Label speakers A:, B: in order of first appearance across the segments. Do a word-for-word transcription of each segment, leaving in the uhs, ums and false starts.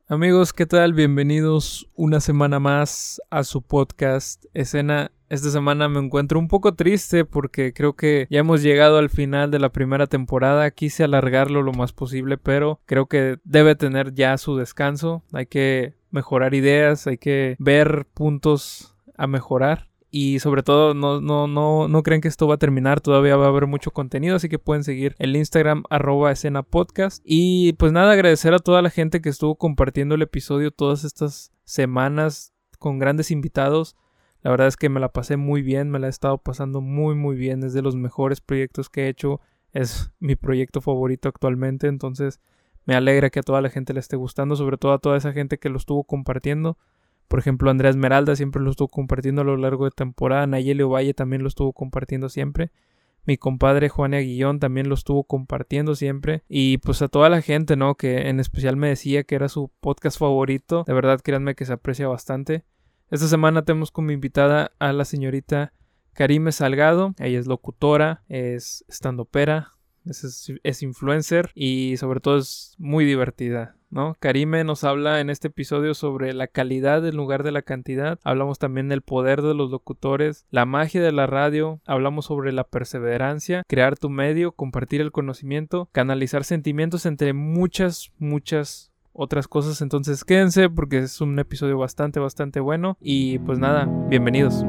A: Amigos, ¿qué tal? Bienvenidos una semana más a su podcast Escena. Esta semana me encuentro un poco triste porque creo que ya hemos llegado al final de la primera temporada. Quise alargarlo lo más posible, pero creo que debe tener ya su descanso. Hay que mejorar ideas, hay que ver puntos a mejorar. Y sobre todo, no, no, no, no creen que esto va a terminar, todavía va a haber mucho contenido, así que pueden seguir el Instagram arroba escena podcast. Y pues nada, agradecer a toda la gente que estuvo compartiendo el episodio todas estas semanas con grandes invitados. La verdad es que me la pasé muy bien, me la he estado pasando muy muy bien, es de los mejores proyectos que he hecho, es mi proyecto favorito actualmente, entonces me alegra que a toda la gente le esté gustando, sobre todo a toda esa gente que lo estuvo compartiendo. Por ejemplo, Andrea Esmeralda siempre lo estuvo compartiendo a lo largo de temporada. Nayeli Ovalle también lo estuvo compartiendo siempre. Mi compadre Juan Aguillón también lo estuvo compartiendo siempre. Y pues a toda la gente, ¿no? Que en especial me decía que era su podcast favorito. De verdad, créanme que se aprecia bastante. Esta semana tenemos como invitada a la señorita Karime Salgado. Ella es locutora, es standupera, es, es influencer y sobre todo es muy divertida, ¿no? Karime nos habla en este episodio sobre la calidad en lugar de la cantidad. Hablamos también del poder de los locutores, la magia de la radio. Hablamos sobre la perseverancia, crear tu medio, compartir el conocimiento, canalizar sentimientos, entre muchas, muchas otras cosas. Entonces quédense porque es un episodio bastante, bastante bueno. Y pues nada, bienvenidos.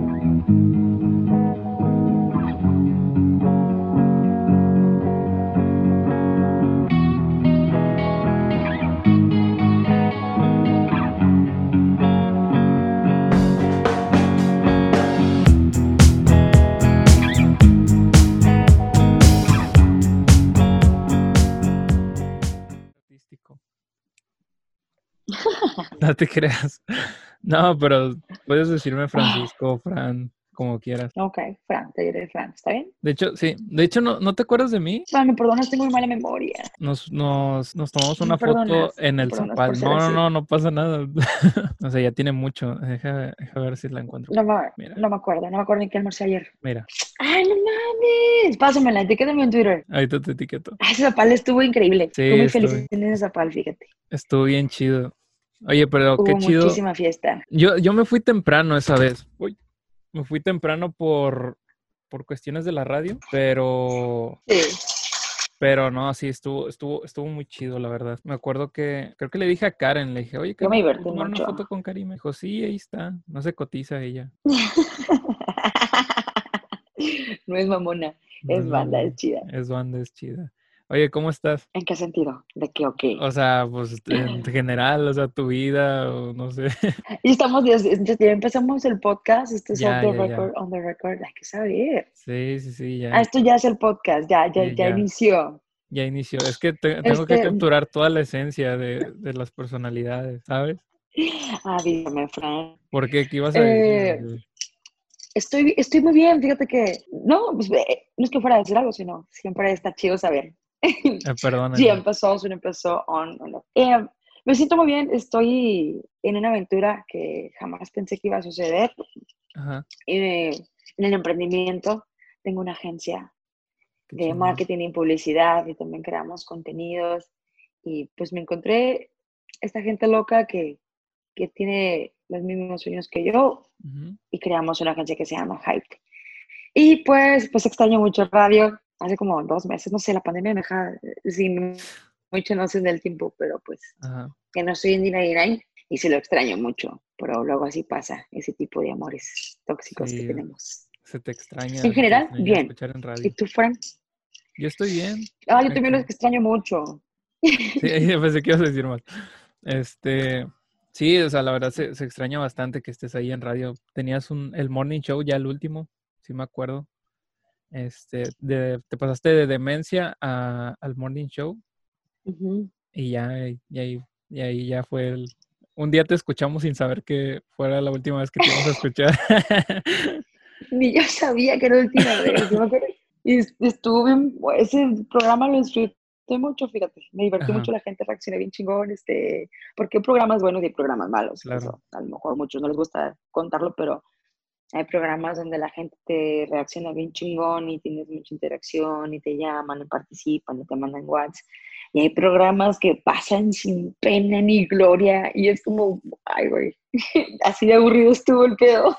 A: No te creas. No, pero puedes decirme Francisco, Fran, como quieras.
B: Ok, Fran, te diré Fran, ¿está bien?
A: De hecho, sí. De hecho, ¿no, no te acuerdas de mí?
B: Fran, me perdonas, tengo muy mala memoria.
A: Nos, nos, nos tomamos
B: Me
A: una foto
B: perdonas,
A: en
B: me
A: el
B: perdonas por
A: Zapal.
B: ser
A: No, no,
B: así.
A: no, no pasa nada. O sea, ya tiene mucho. Deja, deja ver si la encuentro
B: No
A: por
B: me,
A: aquí. Mira,
B: no me acuerdo, no me acuerdo ni qué almorcé ayer.
A: mira.
B: ¡Ay, no mames! Pásamela, etiquétame en Twitter.
A: Ahorita te etiqueto.
B: Ah, ese zapal estuvo increíble.
A: Sí,
B: Fui muy feliz
A: estuvo,
B: en ese zapal, fíjate.
A: estuvo bien chido. Oye, pero qué
B: Hubo
A: chido.
B: muchísima fiesta.
A: Yo, yo me fui temprano esa vez. Uy, me fui temprano por, por cuestiones de la radio, pero
B: Sí,
A: Pero no, sí, estuvo, estuvo, estuvo muy chido, la verdad. Me acuerdo que, creo que le dije a Karen, le dije, oye,
B: yo
A: Karen,
B: me
A: ¿te puedo
B: divertí
A: tomar una
B: mucho.
A: foto con Karim? Me dijo, sí, ahí está. No se cotiza ella.
B: No es mamona,
A: No es
B: es banda,
A: mamón.
B: es chida.
A: Es banda, es chida. Oye, ¿cómo estás?
B: ¿En qué sentido? ¿De qué o qué?
A: O sea, pues en general, o sea, tu vida, o no sé.
B: Y estamos, ya, ya empezamos el podcast, esto es off
A: Ya,
B: the
A: ya, ya.
B: record, on the record, hay que saber.
A: Sí, sí, sí,
B: Ah,
A: ya.
B: esto ya es el podcast, ya, ya,
A: Sí,
B: ya
A: ya.
B: inició.
A: Ya inició. Es que te- tengo que
B: Este,
A: capturar toda la esencia de, de las personalidades, ¿sabes?
B: ah, dígame, Fran.
A: ¿Por qué? ¿Qué ibas a decir? ¿O
B: Eh,
A: qué?
B: estoy, estoy muy bien, fíjate que, no, pues, eh, no es que fuera a decir algo, sino siempre está chido saber.
A: Eh, perdona,
B: Sí,
A: dime.
B: empezó, sí empezó, on, on off. Eh, me siento muy bien, estoy en una aventura que jamás pensé que iba a suceder.
A: Ajá,
B: Eh, en el emprendimiento tengo una agencia
A: qué
B: de
A: chingón.
B: marketing y publicidad y también creamos contenidos y pues me encontré esta gente loca que, que tiene los mismos sueños que yo
A: Ujú.
B: y creamos una agencia que se llama Hype. Y pues, pues extraño mucho el radio, hace como dos meses, no sé, la pandemia me deja sin mucha noción del tiempo, pero pues
A: Ajá.
B: que no estoy en D noventa y nueve y sí lo extraño mucho, pero luego así pasa, ese tipo de amores tóxicos que
A: Sí,
B: tenemos.
A: se te
B: En
A: extraña, se te
B: general,
A: extraña
B: bien.
A: escuchar en
B: ¿Y
A: radio.
B: tú, Frank?
A: Yo estoy bien,
B: Ah, yo también los
A: tranquilo.
B: extraño mucho.
A: Sí, pensé que ibas a decir más. Este, sí, o sea, la verdad se, se extraña bastante que estés ahí en radio. Tenías un, el morning show ya el último, sí me acuerdo. Este, de, te pasaste de demencia a, al morning show
B: Ujú.
A: y ya, y ahí, y ahí ya fue el... Un día te escuchamos sin saber que fuera la última vez que te íbamos a escuchar.
B: Ni yo sabía que era la última vez. Yo me acuerdo, y es- estuvo bien, ese programa lo disfruté mucho, fíjate. Me divertí
A: Ajá,
B: mucho, la gente reaccionó bien chingón, este, porque hay programas buenos y hay programas malos.
A: claro.
B: Eso, a lo mejor a muchos no les gusta contarlo, pero hay programas donde la gente te reacciona bien chingón y tienes mucha interacción y te llaman y participan y te mandan WhatsApp. Y hay programas que pasan sin pena ni gloria y es como, ay, güey, así de aburrido estuvo el pedo.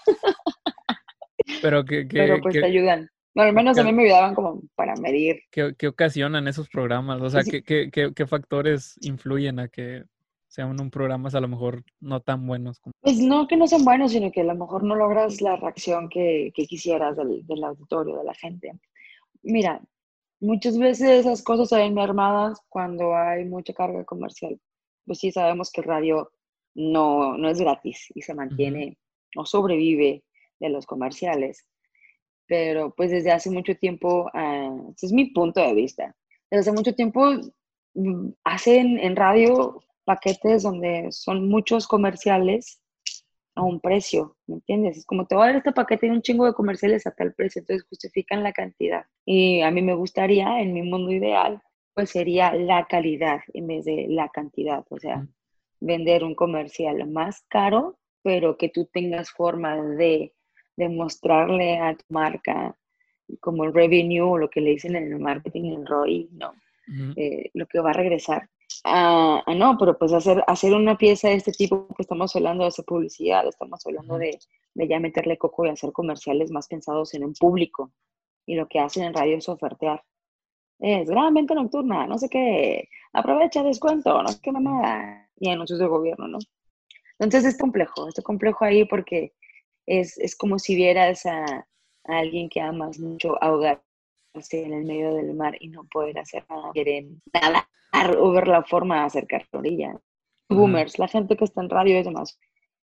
A: Pero que,
B: Pero
A: que,
B: pues te
A: que,
B: ayudan. Bueno, al menos a mí me ayudaban como para medir.
A: ¿Qué, qué ocasionan esos programas? O sea,
B: Pues,
A: ¿qué, qué, qué, qué factores influyen a que sean un programas a lo mejor no tan buenos? Como...
B: pues no que no sean buenos, sino que a lo mejor no logras la reacción que, que quisieras del, del auditorio, de la gente. Mira, muchas veces esas cosas se ven mermadas cuando hay mucha carga comercial. Pues sí, sabemos que el radio no, no es gratis y se
A: Ujú,
B: mantiene o sobrevive de los comerciales. Pero pues desde hace mucho tiempo, ah, ese es mi punto de vista, desde hace mucho tiempo mm, hacen en radio paquetes donde son muchos comerciales a un precio, ¿me entiendes? Es como te voy a dar este paquete y un chingo de comerciales a tal precio, entonces justifican la cantidad. Y a mí me gustaría, en mi mundo ideal, pues sería la calidad en vez de la cantidad, o sea,
A: ujú,
B: vender un comercial más caro, pero que tú tengas forma de demostrarle a tu marca como el revenue o lo que le dicen en el marketing, el R O I, no,
A: ujú,
B: eh, lo que va a regresar. Ah, ah, no, pero pues hacer, hacer una pieza de este tipo, que estamos hablando de hacer publicidad, estamos hablando
A: ujú.
B: de, de ya meterle coco y hacer comerciales más pensados en un público. Y lo que hacen en radio es ofertear. Es gran venta nocturna, no sé qué, aprovecha descuento, no sé qué
A: Sí.
B: mamada. Y anuncios de gobierno, ¿no? Entonces es complejo, es complejo ahí porque es, es como si vieras a, a alguien que amas mucho ahogarse en el medio del mar y no poder hacer nada. Quieren nadar o ver la forma de acercarse a la orilla.
A: Ajá.
B: Boomers, la gente que está en radio es demás.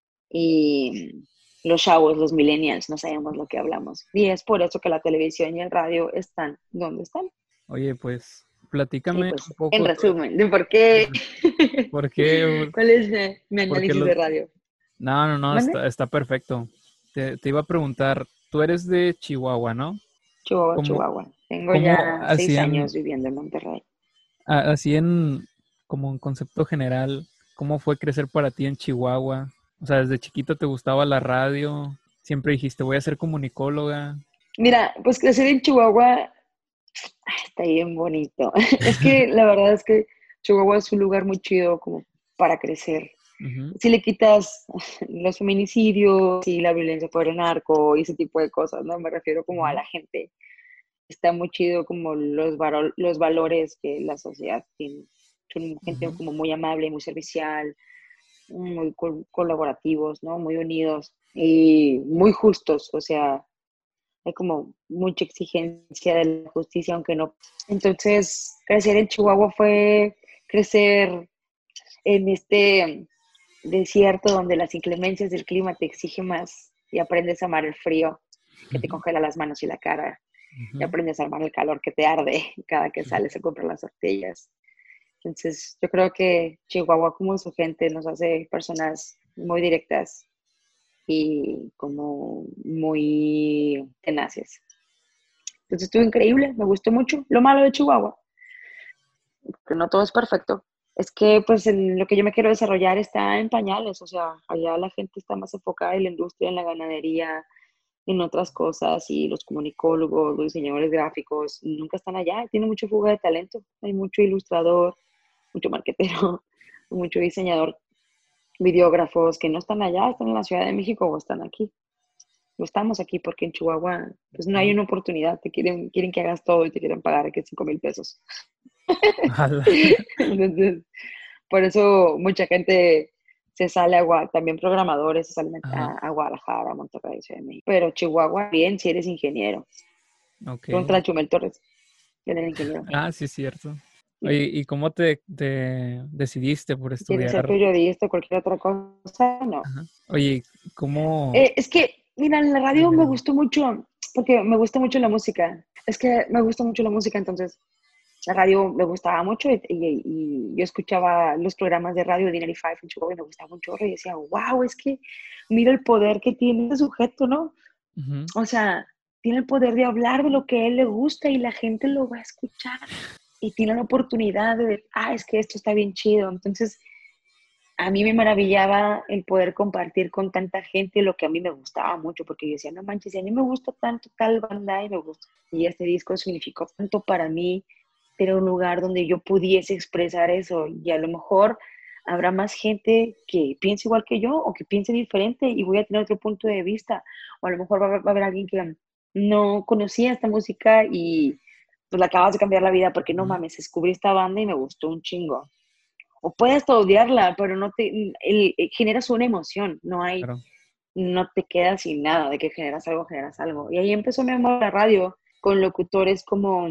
B: Y los chavos, los millennials, no sabemos lo que hablamos. Y es por eso que la televisión y el radio están donde están.
A: Oye, pues
B: Y
A: platícame un
B: pues, en
A: poco tú,
B: resumen, de por qué,
A: ¿por qué,
B: cuál es eh, mi
A: por qué
B: análisis
A: los...
B: de radio.
A: No, no, no,
B: ¿Mande?
A: está, está perfecto. Te, te iba a preguntar, tú eres de Chihuahua, ¿no?
B: Chihuahua,
A: ¿Cómo,
B: Chihuahua. Tengo
A: cómo
B: ya seis
A: hacían,
B: años viviendo en Monterrey.
A: a- así en, como un concepto general, cómo fue crecer para ti en Chihuahua? O sea, desde chiquito te gustaba la radio, siempre dijiste, voy a ser comunicóloga.
B: Mira, pues crecer en Chihuahua está bien bonito. Es que la verdad es que Chihuahua es un lugar muy chido como para crecer.
A: Ujú,
B: Si le quitas los feminicidios y la violencia por el narco y ese tipo de cosas, ¿no? Me refiero como a
A: ujú,
B: la gente. Está muy chido como los, varo- los valores que la sociedad tiene. Son gente
A: ujú,
B: como muy amable, muy servicial, muy col- colaborativos, ¿no? Muy unidos y muy justos, o sea, hay como mucha exigencia de la justicia, aunque no. Entonces, crecer en Chihuahua fue crecer en este desierto donde las inclemencias del clima te exigen más y aprendes a amar el frío que te
A: ujú,
B: congela las manos y la cara y
A: ujú.
B: aprendes a amar el calor que te arde cada que sales a comprar las tortillas. Entonces, yo creo que Chihuahua como su gente nos hace personas muy directas y como muy tenaces. Entonces, estuvo increíble, me gustó mucho. Lo malo de Chihuahua, que no todo es perfecto, es que pues en lo que yo me quiero desarrollar está en pañales, o sea, allá la gente está más enfocada en la industria, en la ganadería, en otras cosas, y los comunicólogos, los diseñadores gráficos, nunca están allá, tiene mucho fuga de talento, hay mucho ilustrador, mucho marquetero, mucho diseñador, videógrafos que no están allá, están en la Ciudad de México o están aquí. No estamos aquí porque en Chihuahua pues no hay
A: Ok.
B: una oportunidad, te quieren, quieren que hagas todo y te quieren pagar que cinco mil pesos.
A: Ala.
B: Entonces, por eso mucha gente se sale a Gua- también programadores se salen
A: Ajá,
B: a, a Guadalajara, a Monterrey, Ciudad de México. Pero Chihuahua, bien, si eres ingeniero.
A: ok.
B: Contra Chumel Torres, él era ingeniero.
A: Ah, sí, es cierto. Oye,
B: Sí.
A: ¿y cómo te, te decidiste por
B: Si quieres ser
A: estudiar?
B: periodista o cualquier otra cosa, no.
A: Ajá. Oye, ¿cómo?
B: Eh, es que, mira, en la radio
A: Dime,
B: me
A: dime.
B: gustó mucho, porque me gusta mucho la música. Es que me gusta mucho la música, entonces la radio me gustaba mucho y, y- y yo escuchaba los programas de radio de Dinner y Five en Chihuahua y me gustaba mucho y decía, wow, es que mira el poder que tiene este sujeto, ¿no?
A: Ujú.
B: O sea, tiene el poder de hablar de lo que a él le gusta y la gente lo va a escuchar y tiene la oportunidad de, ah, es que esto está bien chido. Entonces, a mí me maravillaba el poder compartir con tanta gente lo que a mí me gustaba mucho, porque yo decía, no manches, si a mí me gusta tanto tal banda y me gusta, y este disco significó tanto para mí, era un lugar donde yo pudiese expresar eso y a lo mejor habrá más gente que piense igual que yo o que piense diferente y voy a tener otro punto de vista. O a lo mejor va a haber, va a haber alguien que no conocía esta música y pues le acabas de cambiar la vida porque no
A: Ujú.
B: mames, descubrí esta banda y me gustó un chingo. O puedes hasta odiarla, pero no te, el, el- generas una emoción, no hay,
A: Claro.
B: no te quedas sin nada, de que generas algo, generas algo. Y ahí empezó mi amor a la radio, con locutores como,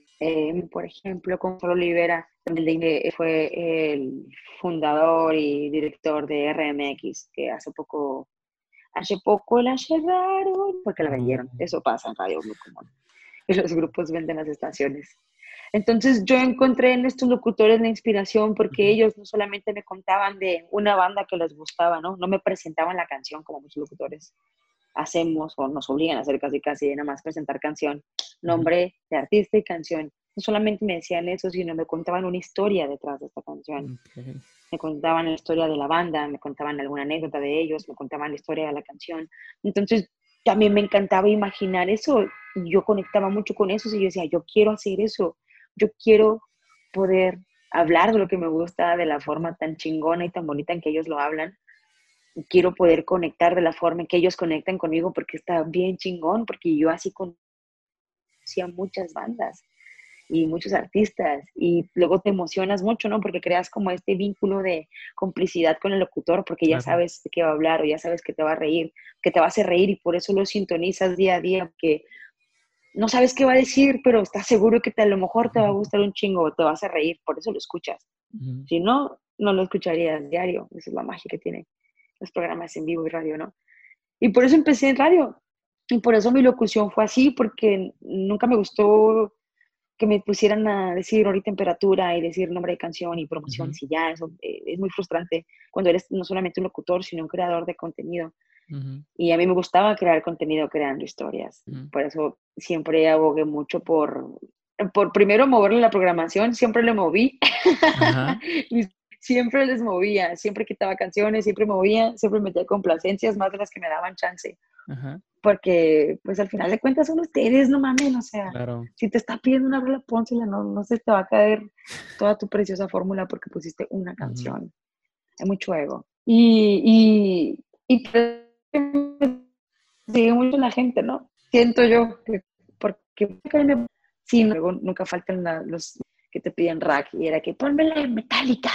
B: eh, por ejemplo, con Solo Olivera, también de- fue el fundador y director de R M X, que hace poco, hace poco la cerraron porque la
A: No.
B: vendieron. Eso pasa en radio, muy común. Y los grupos venden las estaciones. Entonces yo encontré en estos locutores la inspiración porque
A: Ujú.
B: ellos no solamente me contaban de una banda que les gustaba, ¿no? No me presentaban la canción como muchos locutores hacemos o nos obligan a hacer casi casi nada más presentar canción,
A: Ujú.
B: nombre de artista y canción. No solamente me decían eso, sino me contaban una historia detrás de esta canción.
A: Ok.
B: Me contaban la historia de la banda, me contaban alguna anécdota de ellos, me contaban la historia de la canción. Entonces, también me encantaba imaginar eso. Y yo conectaba mucho con eso y yo decía, yo quiero hacer eso. Yo quiero poder hablar de lo que me gusta de la
A: Ujú.
B: forma tan chingona y tan bonita en que ellos lo hablan. Y quiero poder conectar de la forma en que ellos conectan conmigo porque está bien chingón, porque yo así conocía muchas bandas y muchos artistas y luego te emocionas mucho, ¿no? Porque creas como este vínculo de complicidad con el locutor porque ya
A: Claro.
B: sabes de qué va a hablar o ya sabes que te va a reír, que te va a hacer reír y por eso lo sintonizas día a día, que no sabes qué va a decir, pero estás seguro que te, a lo mejor te va a gustar un chingo o te vas a reír, por eso lo escuchas.
A: Ujú.
B: Si no, no lo escucharías diario, esa es la magia que tiene los programas en vivo y radio, ¿no? Y por eso empecé en radio. Y por eso mi locución fue así, porque nunca me gustó que me pusieran a decir hora y temperatura y decir nombre de canción y
A: Ujú.
B: promociones y ya, eso eh, es muy frustrante cuando eres no solamente un locutor, sino un creador de contenido.
A: Ujú.
B: Y a mí me gustaba crear contenido creando historias.
A: Ujú.
B: Por eso siempre abogué mucho por, por primero moverle la programación, siempre le moví.
A: Ajá.
B: Y siempre les movía, siempre quitaba canciones, siempre movía, siempre metía complacencias más de las que me daban chance.
A: Ajá.
B: Porque, pues, al final de cuentas son ustedes, no mames, o sea,
A: Claro.
B: si te está pidiendo una rola, pónsela, no, no se te va a caer toda tu preciosa fórmula porque pusiste una
A: Ujú.
B: canción. Hay mucho ego. Y, y, y pues, sigue mucho la gente, ¿no? Siento yo, que porque sí, luego nunca faltan la- los que te piden rack y era que ponmela en Metallica.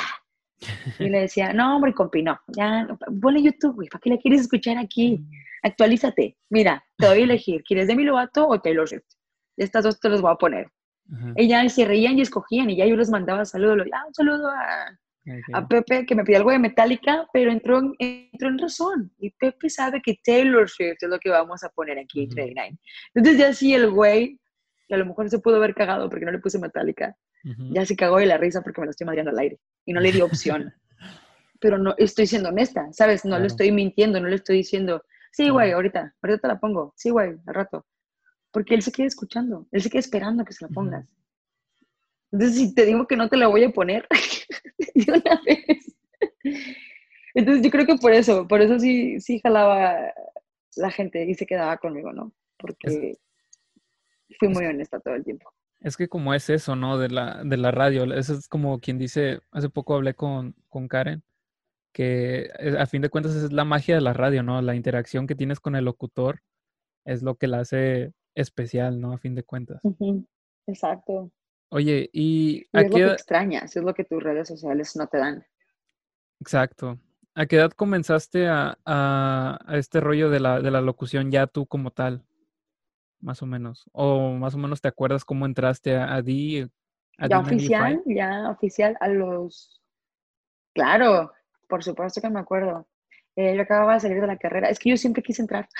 B: Y le decía, no, hombre, compi, no, ya, ponle YouTube, güey, ¿para qué la quieres escuchar aquí? Actualízate. Mira, te doy a elegir, ¿quieres Demi Lovato o Taylor Swift? Estas dos te los voy a poner.
A: Ajá.
B: Ellas se reían y escogían y ya yo les mandaba saludos, ah, un saludo a, a
A: Ok.
B: Pepe que me pidió algo de Metallica, pero entró en, entró en razón. Y Pepe sabe que Taylor Swift es lo que vamos a poner aquí en
A: Ujú.
B: treinta y nueve. Entonces ya sí el güey, que a lo mejor se pudo haber cagado porque no le puse Metallica,
A: Ujú.
B: ya se cagó de la risa porque me lo estoy madreando al aire y no le di opción. Pero no estoy siendo honesta, ¿sabes? No le
A: Claro.
B: estoy mintiendo, no le estoy diciendo, sí, güey,
A: Claro.
B: ahorita, ahorita te la pongo, sí, güey, al rato. Porque él se queda escuchando, él se queda esperando que se la
A: Ujú.
B: pongas. Entonces, si te digo que no te la voy a poner de una vez. Entonces, yo creo que por eso, por eso sí, sí jalaba la gente y se quedaba conmigo, ¿no?
A: Es,
B: Porque fui
A: es
B: muy honesta todo el tiempo.
A: Es que como es eso, ¿no? De la, de la radio. Eso es como quien dice, hace poco hablé con, con Karen, que eh, a fin de cuentas es la magia de la radio, ¿no? La interacción que tienes con el locutor es lo que la hace especial, ¿no? A fin de cuentas.
B: Ujú, exacto.
A: Oye, ¿y
B: Y
A: a
B: es lo
A: qué
B: que
A: edad,
B: extrañas, es lo que tus redes sociales no te dan.
A: exacto, a qué edad comenzaste a, a, a este rollo de la, de la locución ya tú como tal, más o menos? O más o menos te acuerdas cómo entraste a, a D, a
B: Ya
A: D noventa y cinco?
B: oficial, ya oficial a los... Claro, por supuesto que me acuerdo. Eh, yo acababa de salir de la carrera. Es que yo siempre quise entrar.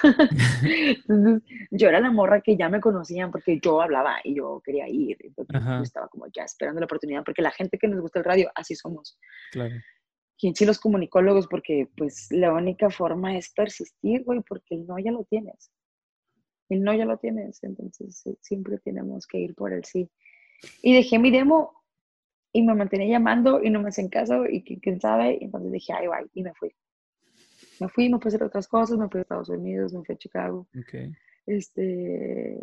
B: Entonces, yo era la morra que ya me conocían porque yo hablaba y yo quería ir. Entonces, yo
A: Ajá,
B: estaba como ya esperando la oportunidad porque la gente que nos gusta el radio, así somos.
A: claro.
B: Y en sí los comunicólogos, porque pues la única forma es persistir, güey, porque el no ya lo tienes. El no ya lo tienes. Entonces, eh, siempre tenemos que ir por el sí. Y dejé mi demo y me mantenía llamando y no me hacen caso y quién sabe. Y entonces dije, ay, bye, y me fui. Me fui, me puse a hacer otras cosas, me fui a Estados Unidos, me fui a Chicago.
A: Ok.
B: Este,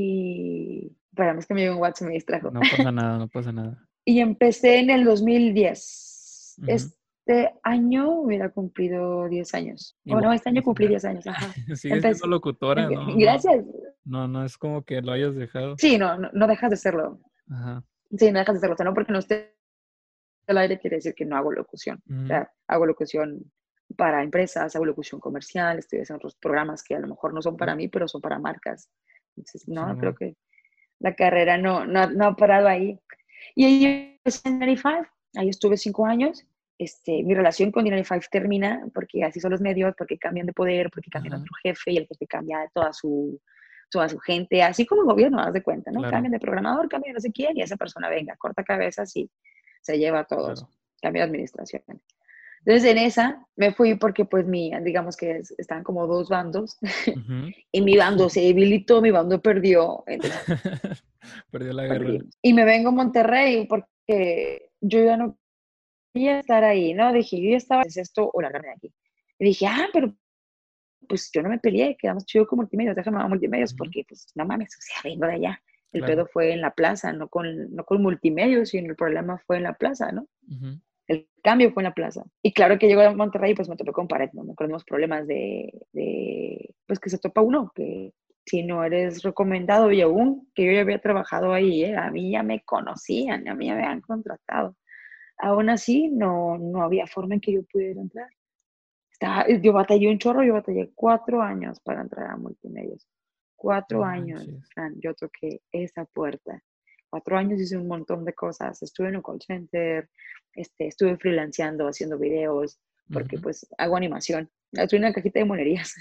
B: y, para es que me llegó un WhatsApp y me distrajo.
A: No pasa nada, no pasa nada.
B: Y empecé en el dos mil diez.
A: Ujú.
B: Este año hubiera cumplido diez años. O no,
A: Igual,
B: este año cumplí
A: felicidades.
B: diez años, ajá.
A: Sigues siendo
B: Empecé.
A: locutora,
B: empe-
A: no, no,
B: Gracias.
A: no, no es como que lo hayas dejado.
B: Sí, no, no, no dejas de serlo.
A: Ajá.
B: Sí, no dejas de serlo. O sea, no porque no esté al aire quiere decir que no hago locución. O
A: Ujú.
B: sea, hago locución para empresas, hago locución comercial, estoy haciendo otros programas que a lo mejor no son para mí, pero son para marcas. Entonces, no, creo
A: Chingón.
B: que la carrera no, no, no ha parado ahí. Y ahí empecé en D noventa y cinco, ahí estuve cinco años. Este, mi relación con D noventa y cinco termina porque así son los medios, porque cambian de poder, porque cambian
A: Ajá,
B: otro jefe y el jefe cambia toda su, toda su gente, así como el gobierno, haz de cuenta, ¿no?
A: claro,
B: Cambian de programador, cambian de no sé quién y esa persona venga, corta cabezas y se lleva a todos,
A: claro.
B: cambia de administración. Entonces en esa me fui porque pues mi, digamos que es, están como dos bandos
A: Ujú.
B: y mi bando se debilitó, mi bando perdió, entonces
A: Perdió la guerra.
B: perdimos. Y me vengo a Monterrey porque yo ya no quería estar ahí, ¿no? Dije, yo ya estaba, ¿es esto o largarme de aquí? Y dije, ah, pero pues yo no me peleé, quedamos chido con multimedios, déjame a multimedios
A: Ujú.
B: porque pues no mames, o sea, vengo de allá. El
A: Claro.
B: pedo fue en la plaza, no con, no con multimedios, sino el problema fue en la plaza, ¿no?
A: Ujú.
B: El cambio fue en la plaza. Y claro que llego a Monterrey, pues me topé con pared, ¿no? Con los problemas de, de, pues que se topa uno, que si no eres recomendado, y aún que yo ya había trabajado ahí, ¿eh? A mí ya me conocían, a mí ya me habían contratado. Aún así, no, no había forma en que yo pudiera entrar. Estaba, yo batallé un chorro, yo batallé cuatro años para entrar a multimedios. Cuatro
A: No
B: años,
A: manches.
B: Fran, yo toqué esa puerta. Cuatro años hice un montón de cosas. Estuve en un call center, este, estuve freelanceando, haciendo videos, porque
A: Ujú.
B: pues hago animación. Estoy en una cajita de monerías.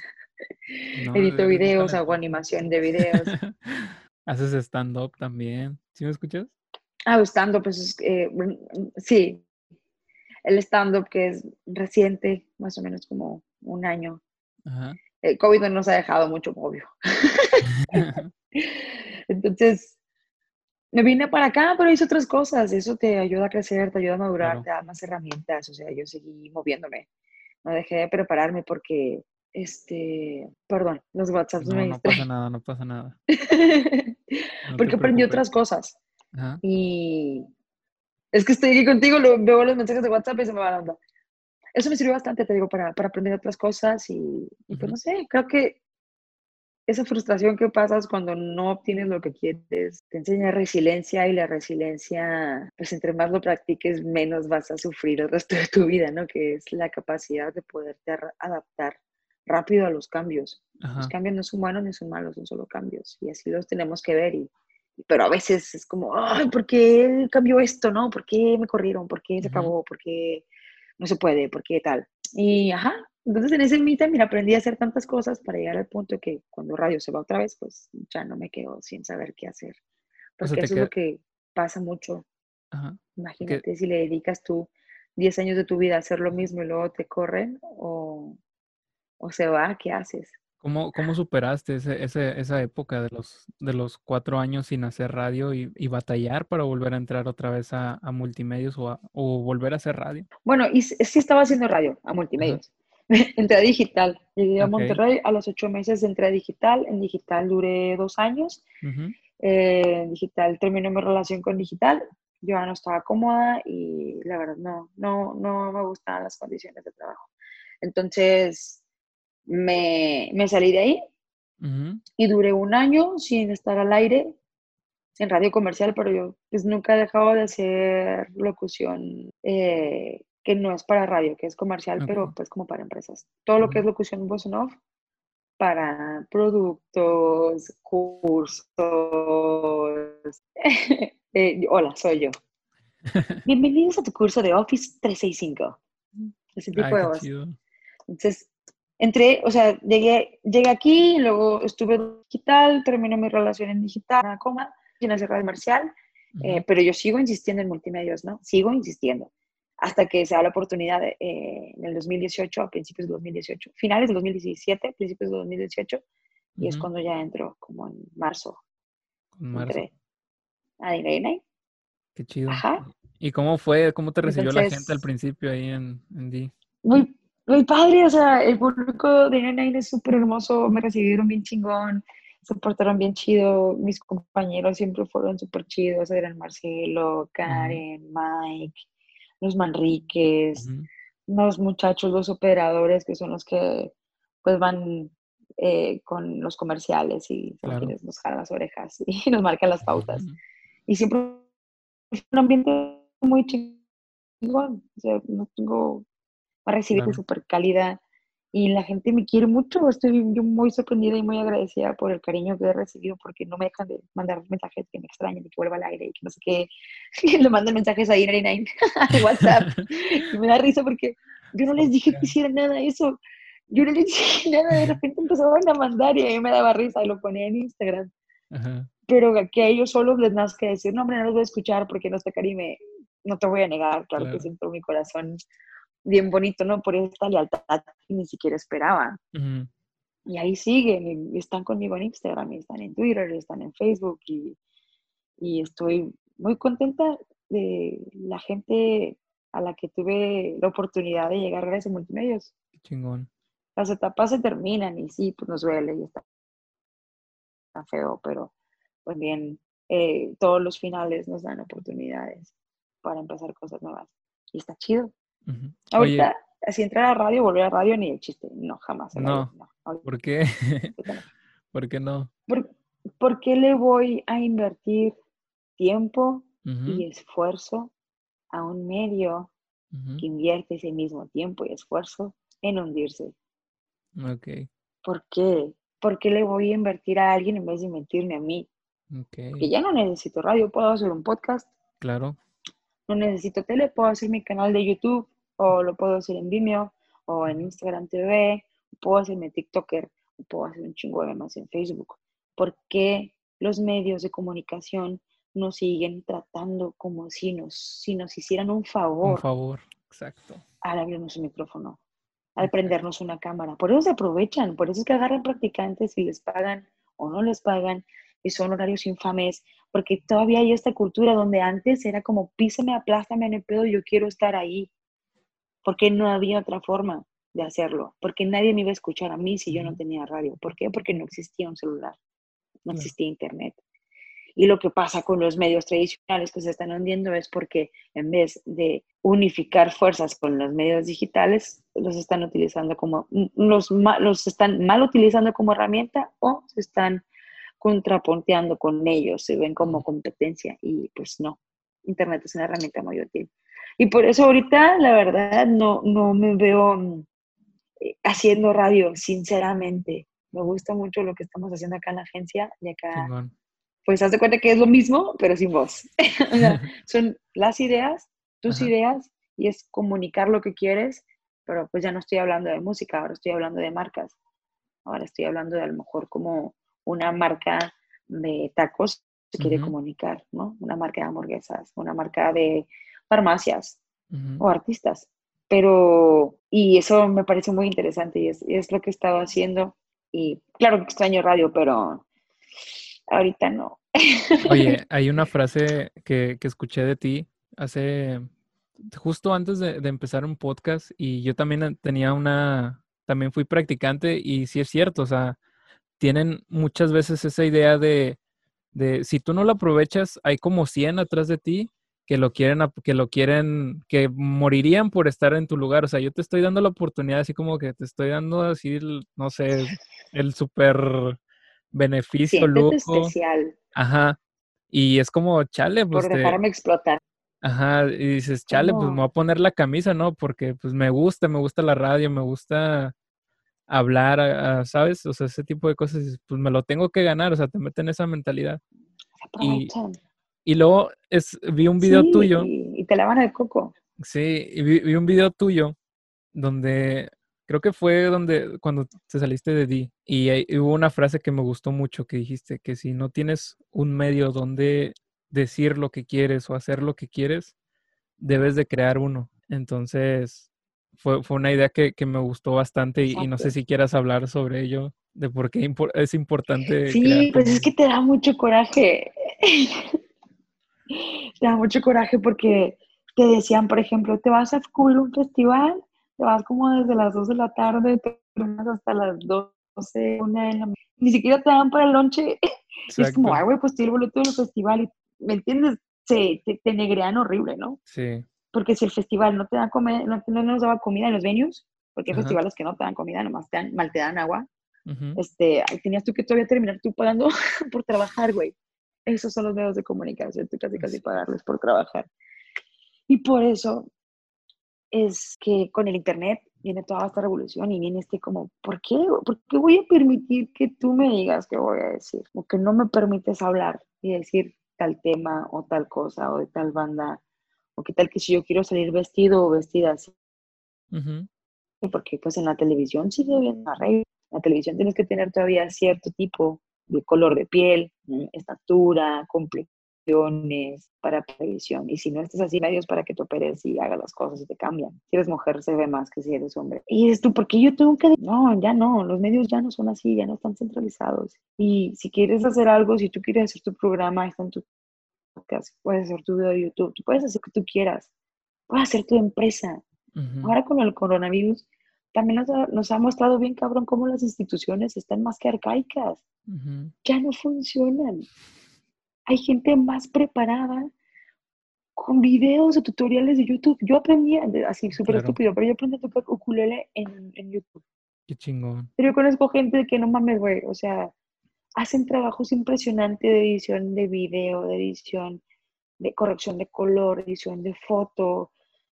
A: No,
B: Edito
A: eres muy
B: videos, hago
A: talentosa.
B: animación de videos.
A: Haces stand-up también. ¿Sí me escuchas?
B: Ah, estando, pues, eh, sí, el stand-up que es reciente, más o menos como un año.
A: Ajá.
B: El COVID no nos ha dejado mucho, obvio. Entonces, me vine para acá, pero hice otras cosas. Eso te ayuda a crecer, te ayuda a madurar,
A: Claro.
B: te da más herramientas. O sea, yo seguí moviéndome. No dejé de prepararme porque, este, perdón, los WhatsApps
A: No,
B: me
A: no pasa
B: distraen.
A: nada, no pasa nada. No te
B: Porque aprendí
A: preocupes.
B: otras cosas.
A: Ajá.
B: Y es que estoy aquí contigo, lo, veo los mensajes de WhatsApp y se me va la onda. Eso me sirvió bastante, te digo, para, para aprender otras cosas y, y pues
A: Ujú.
B: no sé, creo que esa frustración que pasas cuando no obtienes lo que quieres, te enseña resiliencia y la resiliencia, pues entre más lo practiques, menos vas a sufrir el resto de tu vida, ¿no? Que es la capacidad de poderte adaptar rápido a los cambios. Los
A: Ajá.
B: cambios no son buenos ni son malos, son solo cambios y así los tenemos que ver. Y, pero a veces es como, ay, ¿por qué cambió esto, no? ¿Por qué me corrieron? ¿Por qué se
A: Ujú.
B: acabó? ¿Por qué no se puede? ¿Por qué tal? Y ajá, entonces en ese meeting, mira, aprendí a hacer tantas cosas para llegar al punto que cuando radio se va otra vez, pues ya no me quedo sin saber qué hacer.
A: O sea,
B: Porque
A: te
B: eso es lo
A: queda.
B: que pasa mucho.
A: Ajá. Que,
B: Imagínate si le dedicas tú diez años de tu vida a hacer lo mismo y luego te corren o, o se va, ¿qué haces?
A: ¿cómo, cómo superaste ese, ese, esa época de los, de los cuatro años sin hacer radio y, y batallar para volver a entrar otra vez a, a multimedios o, a- o volver a hacer radio?
B: Bueno, y s- sí estaba haciendo radio a
A: Ajá.
B: multimedios. Entré a digital. Llegué a
A: Ok.
B: Monterrey a los ocho meses, entré a digital. En digital duré dos años.
A: Ujú.
B: Eh, digital, terminé mi relación con digital. Yo ya no estaba cómoda y la verdad no, no, no me gustaban las condiciones de trabajo. Entonces me, me salí de ahí
A: Ujú.
B: y duré un año sin estar al aire en radio comercial, pero yo pues nunca he dejado de hacer locución eh, que no es para radio, que es comercial,
A: Ok.
B: pero pues como para empresas. Todo lo que
A: Ujú.
B: es locución voz en off para productos, cursos. Eh, hola, soy yo. Bienvenidos a tu curso de Office trescientos sesenta y cinco. Ese tipo
A: Ay,
B: de
A: qué
B: voz.
A: chido.
B: Entonces, entré, o sea, llegué, llegué aquí, luego estuve en digital, terminé mi relación en digital, una coma, sin hacer radio comercial, eh,
A: Ujú.
B: pero yo sigo insistiendo en multimedios, ¿no? Sigo insistiendo. Hasta que se da la oportunidad eh, en el dos mil dieciocho, a principios del dos mil dieciocho, finales del dos mil diecisiete, principios del dos mil dieciocho, y es
A: Ujú.
B: cuando ya entro, como en marzo,
A: Con marzo.
B: entré a D noventa y nueve.
A: Qué chido.
B: Ajá.
A: ¿Y cómo fue? ¿Cómo te recibió la gente al
B: Entonces,
A: principio ahí en, en D?
B: muy, muy padre, o sea, el público de N nueve es súper hermoso, me recibieron bien chingón, se portaron bien chido, mis compañeros siempre fueron súper chidos, eran Marcelo,
A: Ujú,
B: Karen, Mike, los Manríquez,
A: ujú,
B: los muchachos, los operadores que son los que pues van eh, con los comerciales y son
A: claro.
B: quienes nos jalan las orejas y nos marcan las pautas.
A: Ujú,
B: Y siempre fue un ambiente muy chingón, o sea, no tengo a recibirte
A: claro.
B: súper cálida y la gente me quiere mucho. Estoy yo muy sorprendida y muy agradecida por el cariño que he recibido porque no me dejan de mandar mensajes que me extrañan y que vuelva al aire y que no sé qué. Y le mandan mensajes a Ina en WhatsApp y me da risa porque yo no les dije que hicieran nada de eso. Yo no les dije nada, de repente empezaban a mandar y a mí me daba risa y lo ponía en Instagram.
A: Ajá,
B: Pero que a ellos solos les nazca decir, no, hombre, no los voy a escuchar porque no está Karime. No te voy a negar, claro que
A: claro.
B: siento mi corazón bien bonito, ¿no? Por esta lealtad que ni siquiera esperaba.
A: Ujú,
B: Y ahí siguen, y están conmigo en Instagram, y están en Twitter, y están en Facebook, y, y estoy muy contenta de la gente a la que tuve la oportunidad de llegar gracias a Multimedios.
A: qué chingón.
B: Las etapas se terminan y sí, pues nos duele y está feo, pero pues bien, eh, todos los finales nos dan oportunidades para empezar cosas nuevas. Y está chido.
A: Ujú. Oye,
B: Ahorita, así entrar a radio, volver a radio, ni el chiste. No, jamás en la vida.
A: no,
B: No, ahorita
A: ¿por qué?
B: no.
A: ¿Por qué no?
B: ¿Por, por qué le voy a invertir tiempo
A: Ujú,
B: y esfuerzo a un medio
A: ujú,
B: que invierte ese mismo tiempo y esfuerzo en hundirse?
A: ok,
B: ¿Por qué? ¿Por qué le voy a invertir a alguien en vez de invertirme a mí? Porque
A: ok,
B: ya no necesito radio, puedo hacer un podcast,
A: claro.
B: no necesito tele, puedo hacer mi canal de YouTube, o lo puedo hacer en Vimeo, o en
A: Ujú,
B: Instagram T V, puedo hacerme TikToker, o puedo hacer un chingo de más en Facebook. ¿Por qué los medios de comunicación nos siguen tratando como si nos, si nos hicieran un
A: un
B: favor
A: favor, exacto,
B: al abrirnos un micrófono, al
A: exacto.
B: prendernos una cámara? Por eso se aprovechan, por eso es que agarran practicantes y les pagan o no les pagan, y son horarios infames, porque todavía hay esta cultura donde antes era como písame, aplástame en el pedo, yo quiero estar ahí, porque no había otra forma de hacerlo, porque nadie me iba a escuchar a mí si yo no
A: Ujú,
B: tenía radio. ¿Por qué? Porque no existía un celular, no
A: claro.
B: existía internet. Y lo que pasa con los medios tradicionales que se están hundiendo es porque en vez de unificar fuerzas con los medios digitales, los están utilizando como, los, los están mal utilizando como herramienta o se están contrapunteando con ellos, se ven como
A: Ujú,
B: competencia y pues no, Internet es una herramienta muy útil. Y por eso ahorita, la verdad, no, no me veo eh, haciendo radio, sinceramente. Me gusta mucho lo que estamos haciendo acá en la agencia y acá
A: chingón.
B: pues haz de cuenta que es lo mismo, pero sin voz. O sea, son las ideas, tus
A: Ajá,
B: ideas, y es comunicar lo que quieres, pero pues ya no estoy hablando de música, ahora estoy hablando de marcas. Ahora estoy hablando de a lo mejor como una marca de tacos se quiere
A: ujú,
B: comunicar, ¿no? Una marca de hamburguesas, una marca de farmacias
A: ujú.
B: o artistas. Pero, y eso me parece muy interesante y es, es lo que he estado haciendo. Y claro que extraño radio, pero ahorita no.
A: Oye, hay una frase que, que escuché de ti hace justo antes de, de empezar un podcast y yo también eh, tenía una, también fui practicante y sí es cierto, o sea, tienen muchas veces esa idea de, de si tú no lo aprovechas, hay como cien atrás de ti que lo quieren, ap- que lo quieren, que morirían por estar en tu lugar, o sea, yo te estoy dando la oportunidad, así como que te estoy dando así, el- no sé, el súper beneficio,
B: Siéntete
A: lujo,
B: especial
A: ajá. Y es como, chale, pues
B: por
A: te,
B: dejarme explotar.
A: ajá, y dices, chale, pues me voy
B: ¿Cómo?
A: a poner la camisa, ¿no? Porque pues me gusta, me gusta la radio, me gusta hablar, a- a, ¿sabes? O sea, ese tipo de cosas, dices, pues me lo tengo que ganar, o sea, te meten esa mentalidad.
B: Se
A: Y,
B: aprovechan.
A: y luego es, vi un video
B: Sí,
A: tuyo,
B: y, y te lavan el coco.
A: sí, y vi, vi un video tuyo donde, creo que fue donde, cuando te saliste de Di, y, ahí hubo una frase que me gustó mucho que dijiste, que si no tienes un medio donde decir lo que quieres o hacer lo que quieres, debes de crear uno. Entonces, fue, fue una idea que, que me gustó bastante y, y no sé
B: Exacto.
A: si quieras hablar sobre ello, de por qué impor- es importante crear
B: Sí,
A: tu
B: pues es que
A: medio.
B: te da mucho coraje. Te da mucho coraje porque te decían, por ejemplo, te vas a cubrir un festival, te vas como desde las dos de la tarde, te terminas hasta las dos doce, una en la ma- ni siquiera te dan para el lonche. Y es como,
A: Exacto.
B: ay, güey, pues estoy el boleto del festival. Y, ¿me entiendes? Se, te, te negrean horrible, ¿no?
A: Sí.
B: Porque si el festival no te da comida, no, no nos daba comida en los venues, porque hay
A: Ajá.
B: festivales que no te dan comida, nomás te dan, mal te dan agua,
A: Ujú.
B: este, ahí tenías tú que todavía terminar tú pagando por trabajar, güey. Esos son los medios de comunicación, tú casi casi
A: Sí.
B: pagarles por trabajar. Y por eso es que con el internet viene toda esta revolución y viene este como, ¿por qué? ¿Por qué voy a permitir que tú me digas qué voy a decir? O que no me permites hablar y decir tal tema o tal cosa o de tal banda. O qué tal que si yo quiero salir vestido o vestida así,
A: Ujú.
B: porque pues en la televisión sigue habiendo una regla. En la televisión tienes que tener todavía cierto tipo de color de piel, ¿no? Estatura, complexiones para televisión. Y si no estás así, medios para que te operes y hagas las cosas y te cambian. Si eres mujer se ve más que si eres hombre. Y dices tú, ¿por qué yo tengo que...? No, ya no, los medios ya no son así, ya no están centralizados. Y si quieres hacer algo, si tú quieres hacer tu programa, está en tu podcast, puedes hacer tu video de YouTube, tú puedes hacer lo que tú quieras, puedes hacer tu empresa.
A: Ujú.
B: Ahora con el coronavirus, también nos ha, nos ha mostrado bien cabrón cómo las instituciones están más que arcaicas,
A: Ujú.
B: ya no funcionan. Hay gente más preparada con videos o tutoriales de YouTube. Yo aprendí, así súper
A: Claro.
B: estúpido, pero yo aprendí a tocar ukulele en, en YouTube.
A: Qué chingón.
B: Pero yo conozco gente que no mames, güey, o sea, hacen trabajos impresionantes de edición de video, de edición, de corrección de color, edición de foto,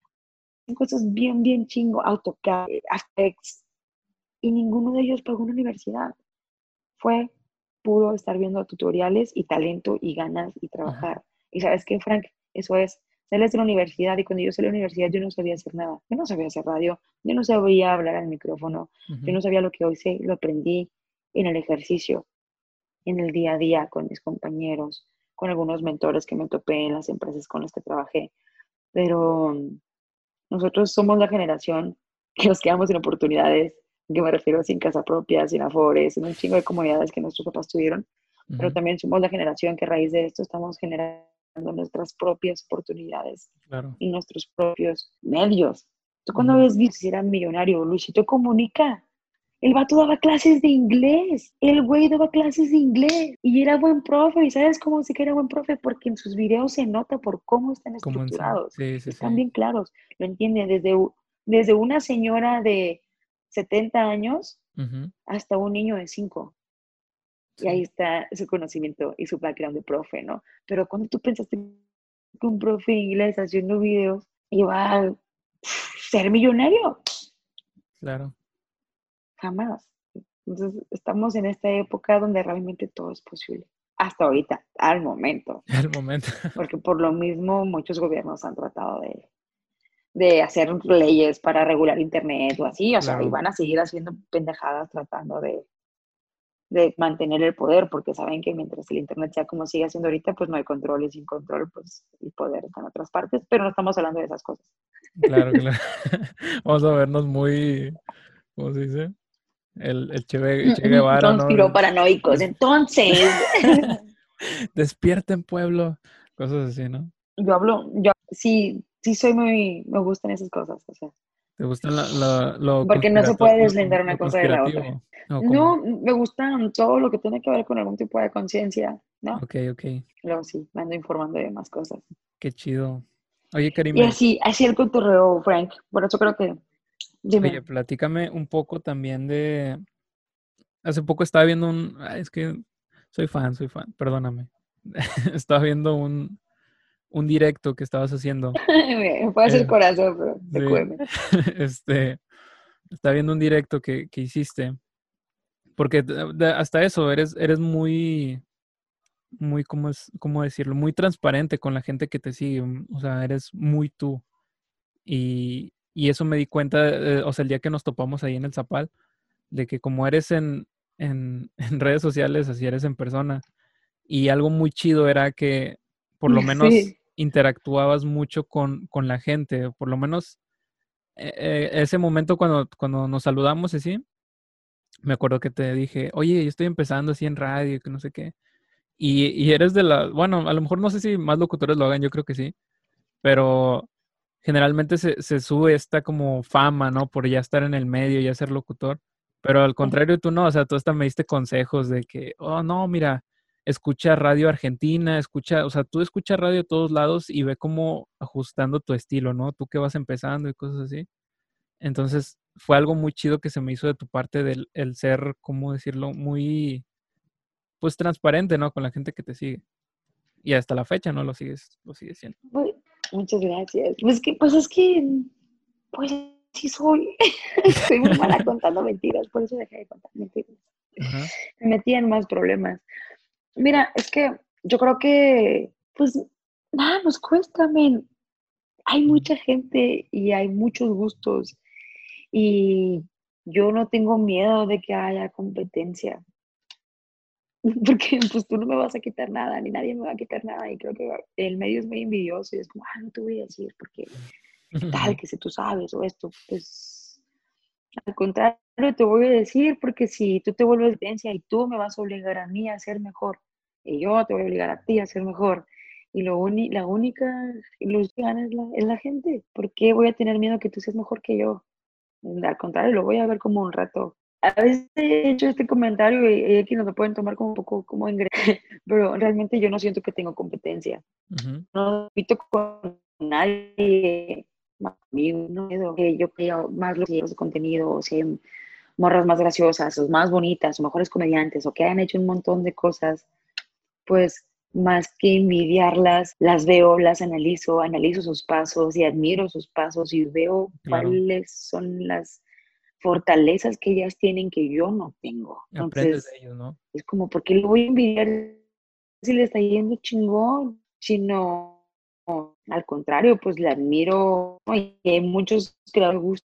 B: cosas bien, bien chingo, AutoCAD, After Effects, y ninguno de ellos pagó una universidad. Fue puro estar viendo tutoriales y talento y ganas y
A: Ujú.
B: trabajar. Y sabes qué, Frank, eso es, sales de la universidad y cuando yo salí de la universidad yo no sabía hacer nada. Yo no sabía hacer radio, yo no sabía hablar al micrófono, yo
A: Ujú.
B: no sabía lo que hoy sé, lo aprendí en el ejercicio, en el día a día con mis compañeros, con algunos mentores que me topé en las empresas con las que trabajé. Pero nosotros somos la generación que nos quedamos sin oportunidades, que me refiero sin casa propia, sin afores, sin un chingo de comunidades que nuestros papás tuvieron, pero
A: Ujú.
B: también somos la generación que a raíz de esto estamos generando nuestras propias oportunidades
A: Claro.
B: y nuestros propios medios. Tú cuando
A: Ujú.
B: ves si era millonario, Luisito Comunica, el vato daba clases de inglés, el güey daba clases de inglés y era buen profe. ¿Y sabes cómo sí que era buen profe? Porque en sus videos se nota por cómo están
A: ¿Cómo enseña?
B: estructurados,
A: Sí, sí,
B: están
A: sí.
B: bien claros, lo entiende desde, desde una señora de setenta años
A: Ujú.
B: hasta un niño de cinco. Y ahí
A: Sí.
B: está su conocimiento y su background de profe, ¿no? Pero cuando tú pensaste que un profe de inglés haciendo videos iba a ser millonario,
A: Claro.
B: jamás. Entonces, estamos en esta época donde realmente todo es posible. Hasta ahorita, al momento.
A: El momento.
B: Porque por lo mismo muchos gobiernos han tratado de, de hacer leyes para regular Internet o así, o sea, y
A: Claro.
B: van a seguir haciendo pendejadas tratando de, de mantener el poder, porque saben que mientras el Internet sea como sigue siendo ahorita, pues no hay control y sin control, pues el poder está en otras partes, pero no estamos hablando de esas cosas.
A: Claro, claro. Vamos a vernos muy, ¿cómo se dice? El, el Che, Ve- Che Guevara, ¿no?
B: Conspiroparanoicos.
A: Des-
B: Entonces,
A: Despierten, pueblo. Cosas así, ¿no?
B: yo hablo, yo sí, sí soy muy, me gustan esas cosas, o sea,
A: ¿Te gusta la- la- lo
B: porque no se
A: conspirato,
B: puede
A: lo, con-
B: deslindar una
A: lo
B: cosa de la otra.
A: conspirativo? No, ¿cómo?
B: No, me gusta todo lo que tiene que ver con algún tipo de conciencia, ¿no?
A: Ok, ok.
B: Luego sí, me ando informando de más cosas.
A: Qué chido. Oye,
B: Y
A: Karime,
B: así, así el cotorreo, Frank. Por eso creo que,
A: oye,
B: dime.
A: platícame un poco también de... Hace poco estaba viendo un... ah, Es que soy fan, soy fan, perdóname. Estaba viendo un, un directo que estabas haciendo.
B: Me puede hacer
A: Eh,
B: corazón, pero te
A: sí.
B: cueme.
A: Este, estaba viendo un directo que, que hiciste. Porque de- de- hasta eso, eres, eres muy, muy, ¿cómo es, cómo decirlo? Muy transparente con la gente que te sigue. mm, O sea, eres muy tú. Y, y eso me di cuenta, eh, o sea, el día que nos topamos ahí en el Zapal, de que como eres en, en, en redes sociales, así eres en persona. Y algo muy chido era que por lo menos
B: Sí.
A: interactuabas mucho con, con la gente. Por lo menos eh, eh, ese momento cuando, cuando nos saludamos así, me acuerdo que te dije, oye, yo estoy empezando así en radio, que no sé qué. Y, y eres de la, bueno, a lo mejor no sé si más locutores lo hagan, yo creo que sí, pero generalmente se, se sube esta como fama, ¿no? Por ya estar en el medio, ya ser locutor. Pero al contrario tú no, o sea, tú hasta me diste consejos de que, oh, no, mira, escucha radio argentina, escucha, o sea, tú escuchas radio de todos lados y ve cómo ajustando tu estilo, ¿no? Tú que vas empezando y cosas así. Entonces, fue algo muy chido que se me hizo de tu parte del el ser, ¿cómo decirlo? Muy, pues, transparente, ¿no? Con la gente que te sigue. Y hasta la fecha, ¿no? Lo sigues, lo sigues siendo.
B: Pues, muchas gracias. Pues que, pues es que, pues sí soy. Soy muy mala contando mentiras, por eso dejé de contar mentiras.
A: Ajá.
B: Me metí en más problemas. Mira, es que yo creo que, pues, nada nos cuesta, men. Hay
A: Ujú.
B: mucha gente y hay muchos gustos y yo no tengo miedo de que haya competencia, porque pues tú no me vas a quitar nada, ni nadie me va a quitar nada y creo que el medio es muy envidioso y es como, ah, no te voy a decir porque qué tal que si tú sabes o esto, pues al contrario te voy a decir porque si tú te vuelves competencia y tú me vas a obligar a mí a ser mejor y yo te voy a obligar a ti a ser mejor y lo uni- la única ilusión es la, es la gente, ¿por qué voy a tener miedo que tú seas mejor que yo? Al contrario, lo voy a ver como un reto. A veces he hecho este comentario y, y aquí nos lo pueden tomar como un poco como ingreso, pero realmente yo no siento que tengo competencia.
A: Ujú.
B: No compito con nadie más conmigo, no miedo que yo creo más los de contenido, o sea, morras más graciosas, o más bonitas, o mejores comediantes, o que hayan hecho un montón de cosas, pues más que envidiarlas, las veo, las analizo, analizo sus pasos y admiro sus pasos y veo
A: Claro,
B: cuáles son las fortalezas que ellas tienen que yo no tengo.
A: aprendes de
B: Entonces,
A: ellos, ¿no?
B: es como, ¿por qué lo voy a envidiar si le está yendo chingón? Si no, al contrario, pues le admiro. ¿No? Y hay muchos que les gustan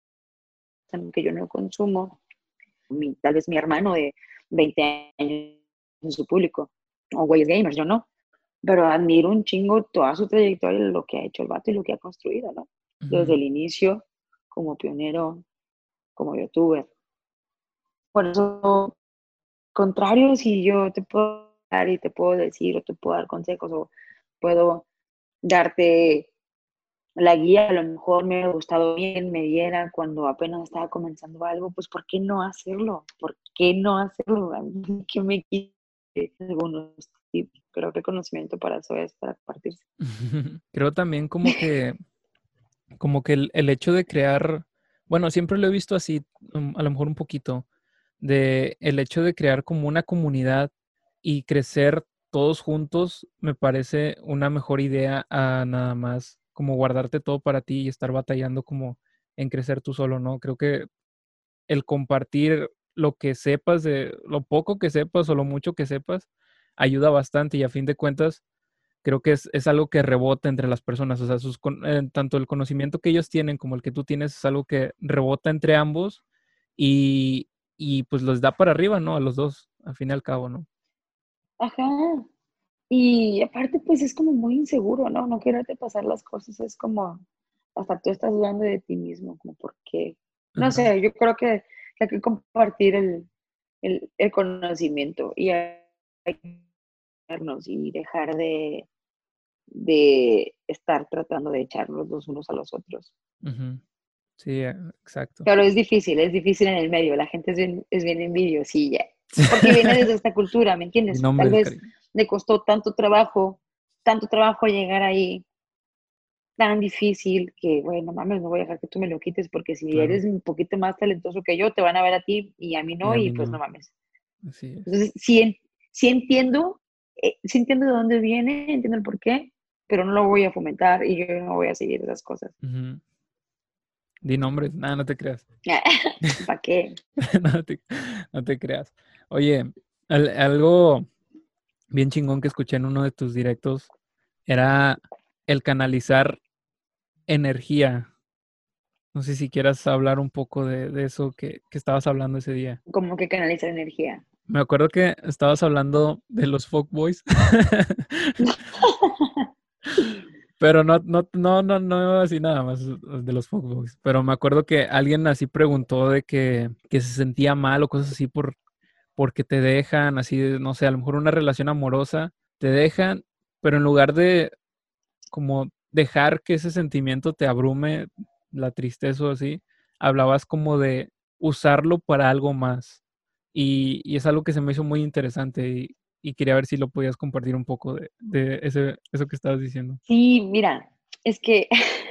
B: que yo no consumo. Mi, tal vez mi hermano de veinte años en su público, o güeyes gamers, yo no. Pero admiro un chingo toda su trayectoria, lo que ha hecho el vato y lo que ha construido, ¿no? Desde
A: Ujú.
B: el inicio, como pionero, como youtuber. Por eso, contrario, si yo te puedo dar y te puedo decir o te puedo dar consejos o puedo darte la guía, a lo mejor me hubiera gustado bien, me diera cuando apenas estaba comenzando algo, pues ¿por qué no hacerlo? ¿Por qué no hacerlo? A mí que me quite algunos tips. Creo que el conocimiento para eso es para compartirse.
A: Creo también como que, como que el, el hecho de crear, bueno, siempre lo he visto así, um, a lo mejor un poquito, de el hecho de crear como una comunidad y crecer todos juntos, me parece una mejor idea a nada más como guardarte todo para ti y estar batallando como en crecer tú solo, ¿no? Creo que el compartir lo que sepas de lo poco que sepas o lo mucho que sepas ayuda bastante y a fin de cuentas creo que es, es algo que rebota entre las personas, o sea, sus, con- eh, tanto el conocimiento que ellos tienen como el que tú tienes es algo que rebota entre ambos y, y pues los da para arriba, ¿no? A los dos, al fin y al cabo, ¿no?
B: Ajá. Y aparte, pues es como muy inseguro, ¿no? No quererte pasar las cosas, es como, hasta tú estás dudando de ti mismo, como por qué. No
A: Ajá.
B: sé, yo creo que hay que compartir el, el, el conocimiento y hay que vernos y dejar de, de estar tratando de echarnos los unos a los otros.
A: Ujú. Sí, eh, exacto.
B: Pero es difícil, es difícil en el medio, la gente es bien, es bien envidiosilla, porque viene desde esta cultura, ¿me
A: Mi
B: entiendes?
A: nombre
B: Tal
A: es
B: vez
A: cariño.
B: le costó tanto trabajo, tanto trabajo llegar ahí, tan difícil que, bueno, mames, no voy a dejar que tú me lo quites, porque si
A: Claro.
B: eres un poquito más talentoso que yo, te van a ver a ti y a mí
A: Y
B: no,
A: a
B: y
A: mí
B: pues no
A: no.
B: mames.
A: Así es.
B: Entonces, sí, en- sí entiendo, eh, sí entiendo de dónde viene, entiendo el por qué, pero no lo voy a fomentar y yo no voy a seguir esas cosas.
A: Ujú. Di nombres. Nada, no te creas.
B: ¿Para qué?
A: No te, no te creas. Oye, al- algo bien chingón que escuché en uno de tus directos era el canalizar energía. No sé si quieras hablar un poco de, de eso que, que estabas hablando ese día.
B: Como que canalizar energía.
A: Me acuerdo que estabas hablando de los fuckboys, pero no, no, no, no, no así nada más de los fuckboys. Pero me acuerdo que alguien así preguntó de que, que se sentía mal o cosas así por, porque te dejan, así, de, no sé, a lo mejor una relación amorosa, te dejan, pero en lugar de como dejar que ese sentimiento te abrume, la tristeza o así, hablabas como de usarlo para algo más. Y, y es algo que se me hizo muy interesante y, y quería ver si lo podías compartir un poco de, de ese, eso que estabas diciendo.
B: Sí, mira, es que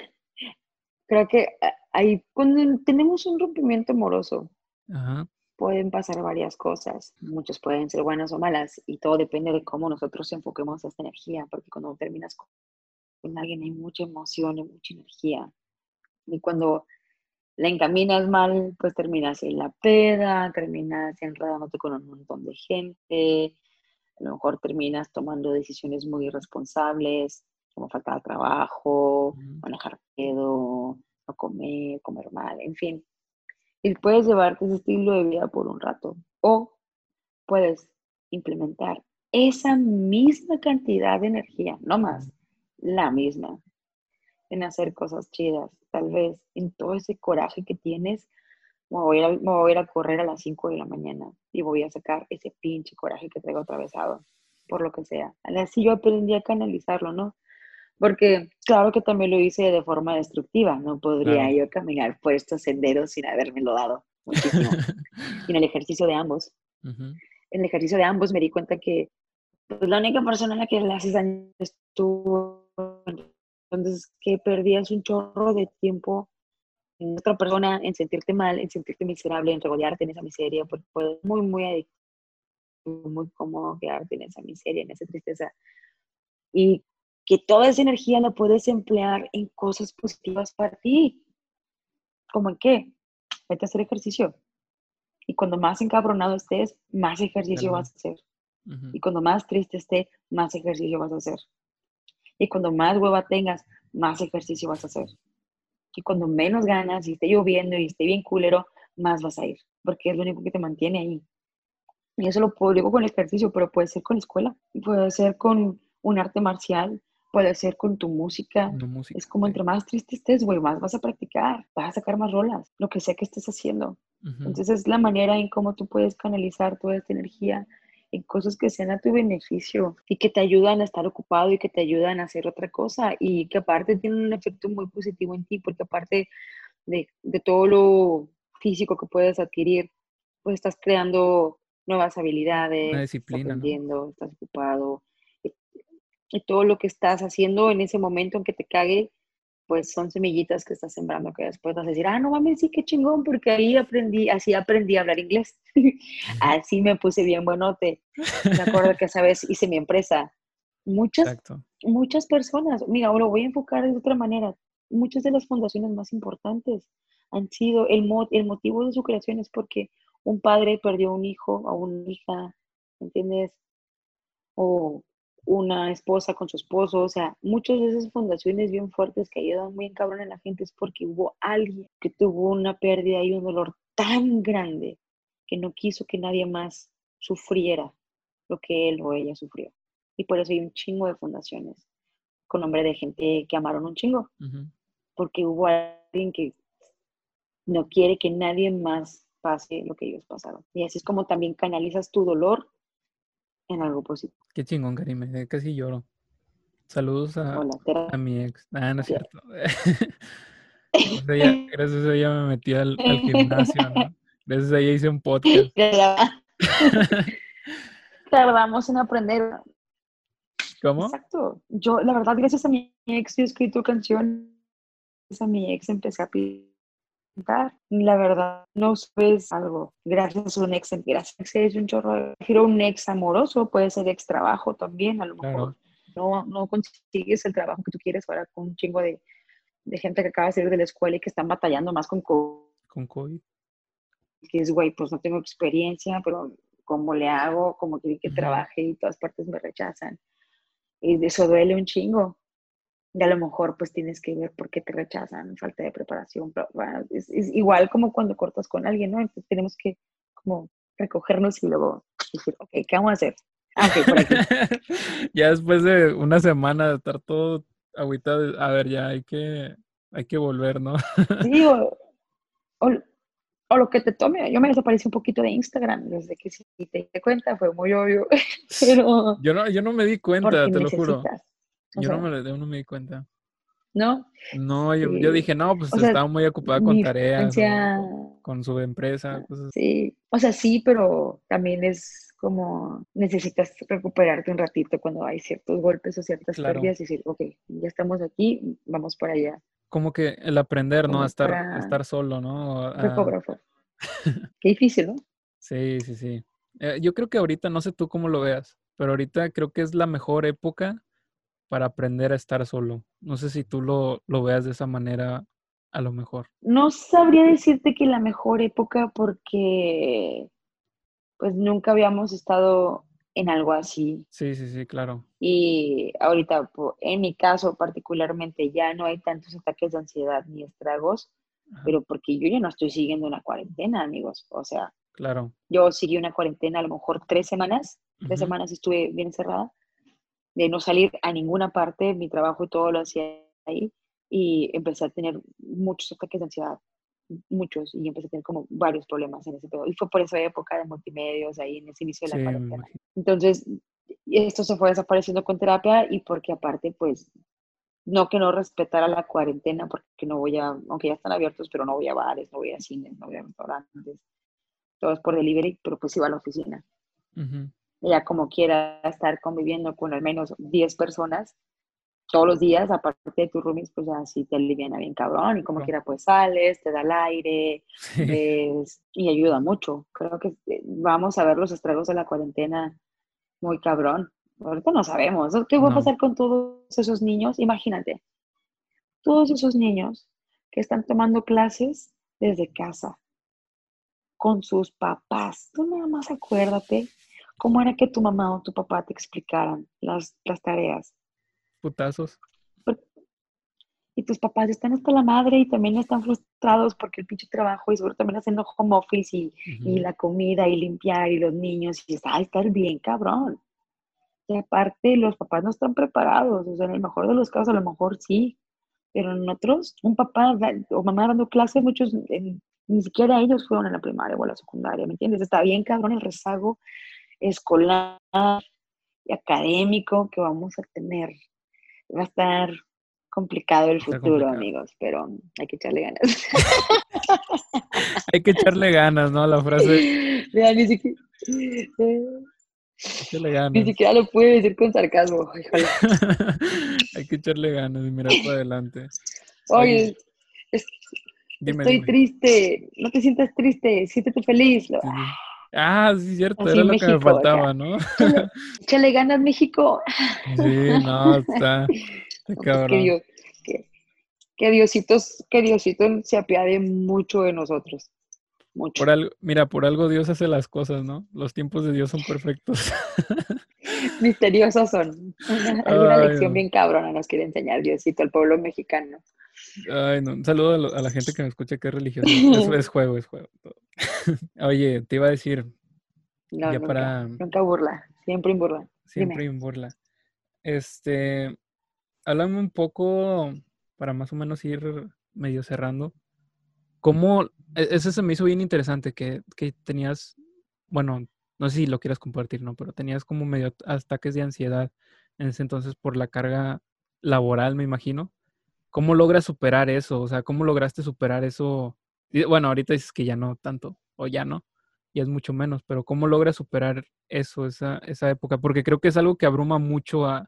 B: creo que ah, ahí, cuando tenemos un rompimiento amoroso,
A: Ajá,
B: pueden pasar varias cosas. Muchas pueden ser buenas o malas y todo depende de cómo nosotros enfoquemos esta energía, porque cuando terminas con con alguien hay mucha emoción y mucha energía. Y cuando la encaminas mal, pues terminas en la peda, terminas enredándote con un montón de gente, a lo mejor terminas tomando decisiones muy irresponsables, como faltar al trabajo,
A: ujú,
B: manejar pedo, no comer, comer mal, en fin. Y puedes llevarte ese estilo de vida por un rato. O puedes implementar esa misma cantidad de energía, no
A: ujú.
B: más, la misma, en hacer cosas chidas. Tal vez en todo ese coraje que tienes, me voy a, me voy a ir a correr a las cinco de la mañana y voy a sacar ese pinche coraje que traigo atravesado, por lo que sea. Así yo aprendí a canalizarlo, ¿no? Porque claro que también lo hice de forma destructiva. No podría
A: Claro.
B: yo caminar por estos senderos sin habérmelo dado muchísimo. Y en el ejercicio de ambos,
A: Ujú,
B: en el ejercicio de ambos me di cuenta que pues, la única persona a la que le haces daño es tú. Entonces, que perdías un chorro de tiempo en otra persona, en sentirte mal, en sentirte miserable, en regodearte en esa miseria, porque fue muy, muy adictivo, muy cómodo quedarte en esa miseria, en esa tristeza. Y que toda esa energía la puedes emplear en cosas positivas para ti. ¿Cómo en qué? Vete a hacer ejercicio. Y cuando más encabronado estés, más ejercicio
A: claro.
B: vas a hacer.
A: Ujú,
B: Y cuando más triste estés, más ejercicio vas a hacer. Y cuando más hueva tengas, más ejercicio vas a hacer. Y cuando menos ganas, y esté lloviendo y esté bien culero, más vas a ir. Porque es lo único que te mantiene ahí. Y eso lo puedo, digo con el ejercicio, pero puede ser con la escuela, puede ser con un arte marcial, puede ser con tu música.
A: una
B: Es
A: música,
B: como
A: sí.
B: entre más triste estés, güey, más vas a practicar, vas a sacar más rolas, lo que sea que estés haciendo.
A: Ujú,
B: Entonces es la manera en cómo tú puedes canalizar toda esta energía en cosas que sean a tu beneficio y que te ayudan a estar ocupado y que te ayudan a hacer otra cosa y que aparte tienen un efecto muy positivo en ti, porque aparte de, de todo lo físico que puedes adquirir, pues estás creando nuevas
A: una
B: habilidades, estás
A: disciplina, ¿no?
B: aprendiendo, estás ocupado. Y, y todo lo que estás haciendo en ese momento en que te cague, pues son semillitas que estás sembrando que después vas a decir, ah, no mames, sí, qué chingón, porque ahí aprendí, así aprendí a hablar inglés. Así me puse bien buenote. Me acuerdo que esa vez hice mi empresa. Muchas,
A: Exacto.
B: muchas personas, mira, ahora lo voy a enfocar de otra manera. Muchas de las fundaciones más importantes han sido, el, mo el motivo de su creación es porque un padre perdió un hijo o una hija, ¿entiendes? O una esposa con su esposo, o sea, muchas de esas fundaciones bien fuertes que ayudan muy cabrón a la gente es porque hubo alguien que tuvo una pérdida y un dolor tan grande que no quiso que nadie más sufriera lo que él o ella sufrió. Y por eso hay un chingo de fundaciones con nombre de gente que amaron un chingo,
A: Ujú.
B: porque hubo alguien que no quiere que nadie más pase lo que ellos pasaron. Y así es como también canalizas tu dolor en algo positivo.
A: Qué chingón, Karime, eh, casi lloro. Saludos a,
B: O la
A: a mi ex. Ah, no es
B: terapia.
A: cierto. Gracias a ella, gracias a ella me metí al, al gimnasio, ¿no? Gracias a ella hice un podcast.
B: Tardamos en aprender.
A: ¿Cómo?
B: Exacto. Yo, la verdad, gracias a mi ex, yo he escrito canciones. Gracias a mi ex empecé a pintar. La verdad, no sabes algo. Gracias a un ex, gracias a un ex es un chorro. Prefiero un ex amoroso, puede ser ex trabajo también. A lo
A: Claro,
B: mejor no, no consigues el trabajo que tú quieres ahora con un chingo de, de gente que acaba de salir de la escuela y que están batallando más con COVID.
A: con COVID.
B: Que es, güey, pues no tengo experiencia, pero ¿cómo le hago? ¿Cómo quieren que
A: Ujú.
B: trabaje? Y todas partes me rechazan. Y eso duele un chingo. Y a lo mejor pues tienes que ver por qué te rechazan, falta de preparación. Pero, bueno, es, es igual como cuando cortas con alguien, ¿no? Entonces tenemos que como recogernos y luego decir, ok, ¿qué vamos a hacer? Ah, ok, por aquí.
A: Ya después de una semana de estar todo agüitado, a ver, ya hay que, hay que volver, ¿no?
B: Sí, o, o, o lo que te tome. Yo me desaparecí un poquito de Instagram desde que sí te di cuenta, fue muy obvio, pero
A: Yo no, yo no me di cuenta,
B: porque
A: te lo juro.
B: necesitas. O
A: Yo no
B: sea,
A: me, yo no me di cuenta.
B: ¿no?
A: No, yo, yo
B: Sí.
A: dije, no, pues
B: O sea,
A: estaba muy ocupada con
B: mi
A: tareas o
B: infancia,
A: con su empresa, cosas.
B: sí, o sea, sí, pero también es como necesitas recuperarte un ratito cuando hay ciertos golpes o ciertas
A: Claro,
B: pérdidas y decir, ok, ya estamos aquí, vamos por allá,
A: como que el aprender, ¿no? A
B: como
A: estar, a
B: para
A: estar solo, ¿no? A-
B: recobrar fuerza. Qué difícil, ¿no?
A: sí, sí, sí. Eh, yo creo que ahorita, no sé tú cómo lo veas, pero ahorita creo que es la mejor época para aprender a estar solo. No sé si tú lo, lo veas de esa manera, a lo mejor.
B: No sabría decirte que la mejor época porque pues nunca habíamos estado en algo así.
A: Sí, sí, sí, claro.
B: Y ahorita, po- en mi caso particularmente, ya no hay tantos ataques de ansiedad ni estragos,
A: Ajá,
B: pero porque yo ya no estoy siguiendo una cuarentena, amigos. O sea,
A: claro.
B: yo seguí una cuarentena a lo mejor tres semanas, tres
A: Ujú,
B: semanas estuve bien encerrada, de no salir a ninguna parte, mi trabajo y todo lo hacía ahí, y empecé a tener muchos ataques de ansiedad, muchos, y empecé a tener como varios problemas en ese periodo. Y fue por esa época de multimedios, ahí en ese inicio de
A: sí,
B: la
A: me
B: cuarentena.
A: imagino.
B: Entonces, esto se fue desapareciendo con terapia y porque aparte, pues, no que no respetara la cuarentena, porque no voy a, aunque ya están abiertos, pero no voy a bares, no voy a cines, no voy a restaurantes, todo es por delivery, pero pues iba a la oficina.
A: Ujú,
B: Y ya como quiera estar conviviendo con al menos diez personas todos los días, aparte de tus roomies, pues ya sí te aliviana bien cabrón y como
A: claro.
B: quiera pues sales, te da el aire,
A: Sí,
B: ves y ayuda mucho. Creo que eh, vamos a ver los estragos de la cuarentena muy cabrón. Ahorita no sabemos, ¿no? ¿Qué va a
A: no,
B: pasar con todos esos niños? Imagínate, todos esos niños que están tomando clases desde casa con sus papás. Tú nada más acuérdate cómo era que tu mamá o tu papá te explicaran las, las tareas.
A: putazos.
B: Y tus papás están hasta la madre y también están frustrados porque el pinche trabajo y seguro también haciendo home office y, y
A: Ujú,
B: la comida y limpiar y los niños y está, estar bien cabrón. Y aparte los papás no están preparados, o sea, en el mejor de los casos a lo mejor sí, pero en otros, un papá o mamá dando clase, muchos eh, ni siquiera ellos fueron a la primaria o a la secundaria, ¿me entiendes? Está bien cabrón el rezago escolar y académico que vamos a tener. Va a estar complicado el
A: está
B: futuro,
A: complicado.
B: amigos, pero hay que echarle ganas.
A: Hay que echarle ganas, ¿no? La frase,
B: Mira, ni siquiera,
A: échale
B: ni
A: ganas.
B: siquiera lo pude decir con sarcasmo, híjole.
A: Hay que echarle ganas y mirar para adelante. Oye,
B: Oye, es-
A: dime,
B: estoy
A: dime.
B: triste, no te sientas triste, siéntete feliz. Lo-
A: Sí, sí. Ah, sí, cierto,
B: Así
A: era
B: en
A: lo que me
B: México,
A: faltaba,
B: acá.
A: ¿no?
B: Échale, échale ganas, México.
A: Sí, no, está, está
B: No, pues que
A: cabrón.
B: Dios, que, que Diositos, que Diosito se apiade mucho de nosotros, mucho.
A: Por algo, mira, por algo Dios hace las cosas, ¿no? Los tiempos de Dios son perfectos.
B: Misteriosos son. Una, alguna
A: Ay,
B: lección
A: no.
B: bien cabrona nos quiere enseñar Diosito al pueblo mexicano.
A: Ay, no. Un saludo a, lo- a la gente que me escucha que es religiosa. Es, es juego, es juego. Todo. Oye, te iba a decir,
B: No,
A: ya
B: nunca.
A: para
B: Nunca burla. Siempre en burla.
A: siempre
B: Dime.
A: en burla. Este, háblame un poco para más o menos ir medio cerrando. ¿Cómo? e- Eso se me hizo bien interesante que, que tenías, bueno, no sé si lo quieras compartir, ¿no? Pero tenías como medio ataques de ansiedad en ese entonces por la carga laboral, me imagino. ¿Cómo logras superar eso? O sea, ¿cómo lograste superar eso? Y, bueno, ahorita dices que ya no tanto, o ya no, ya es mucho menos, pero ¿cómo logras superar eso, esa, esa época? Porque creo que es algo que abruma mucho a,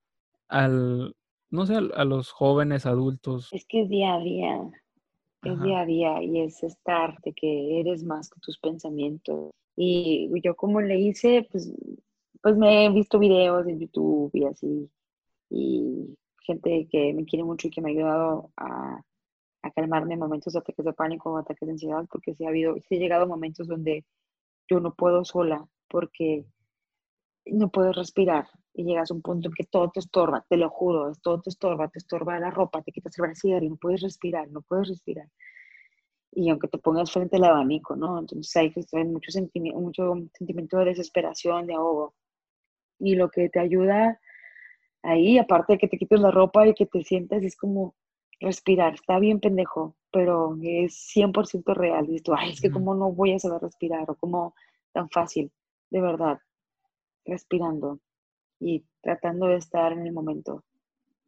A: al, no sé, a los jóvenes, adultos.
B: Es que es día a día. Es
A: Ajá,
B: día a día y es estar de que eres más que tus pensamientos. Y yo como le hice, pues, pues me he visto videos en YouTube y así. Y gente que me quiere mucho y que me ha ayudado a, a calmarme en momentos de ataques de pánico o ataques de ansiedad, porque sí ha habido, sí he llegado a momentos donde yo no puedo sola, porque no puedes respirar y llegas a un punto en que todo te estorba, te lo juro, todo te estorba, te estorba la ropa, te quitas el brasier y no puedes respirar, no puedes respirar. Y aunque te pongas frente al abanico, ¿no? Entonces hay que hay mucho sentimiento, mucho sentimiento de desesperación, de ahogo. Y lo que te ayuda ahí, aparte de que te quites la ropa y que te sientas, es como respirar. Está bien pendejo, pero es cien por ciento real. Y tú, ay, es que
A: ujú,
B: cómo no voy a saber respirar o cómo tan fácil, de verdad, respirando y tratando de estar en el momento.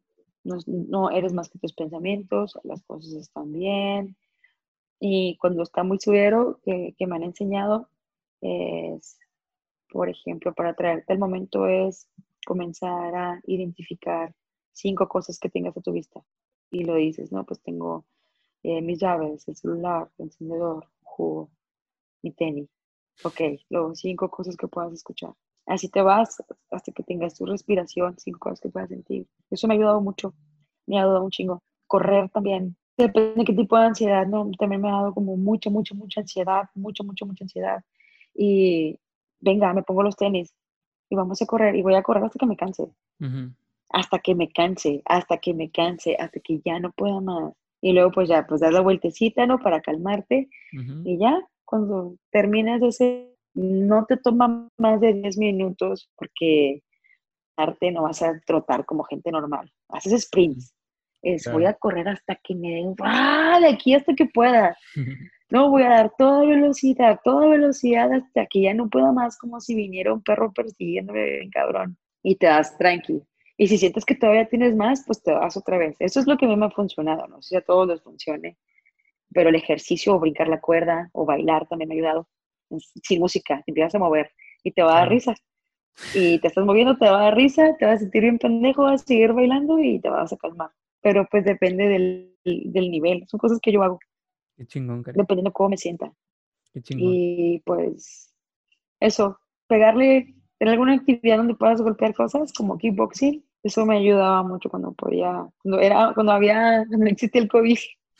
B: no, no eres más que tus pensamientos, las cosas están bien. Y cuando está muy severo, que, que me han enseñado, es, por ejemplo, para traerte el momento es comenzar a identificar cinco cosas que tengas a tu vista. Y lo dices, ¿no? Pues tengo eh, mis llaves, el celular, el encendedor, jugo, mi tenis. Ok, luego cinco cosas que puedas escuchar. Así te vas hasta que tengas tu respiración, cinco cosas que puedas sentir. Eso me ha ayudado mucho, me ha ayudado un chingo. Correr también, depende de qué tipo de ansiedad, ¿no? También me ha dado como mucha, mucha, mucha ansiedad, mucha, mucha, mucha ansiedad. Y venga, me pongo los tenis y vamos a correr y voy a correr hasta que me canse,
A: Ujú.
B: hasta que me canse, hasta que me canse, hasta que ya no pueda más. Y luego pues ya, pues dar la vueltecita, ¿no? Para calmarte
A: Ujú.
B: y ya, cuando terminas ese, no te toma más de diez minutos porque arte no vas a trotar como gente normal. Haces sprints. Es, voy
A: Claro.
B: a correr hasta que me den, ¡ah! De aquí hasta que pueda. No, voy a dar toda velocidad, toda velocidad hasta que ya no pueda más, como si viniera un perro persiguiéndome bien cabrón. Y te das tranqui. Y si sientes que todavía tienes más, pues te das otra vez. Eso es lo que a mí me ha funcionado, no sé si a todos les funcione, pero el ejercicio o brincar la cuerda o bailar también me ha ayudado. Sin música, te empiezas a mover y te va a dar
A: Claro.
B: risa. Y te estás moviendo, te va a dar risa, te vas a sentir bien pendejo, vas a seguir bailando y te vas a calmar. Pero pues depende del, del nivel. Son cosas que yo hago,
A: Qué chingón, Cari.
B: dependiendo cómo me sienta.
A: Qué chingón.
B: Y pues eso, pegarle en alguna actividad donde puedas golpear cosas como kickboxing, eso me ayudaba mucho cuando podía, cuando era, cuando había, no existía el COVID.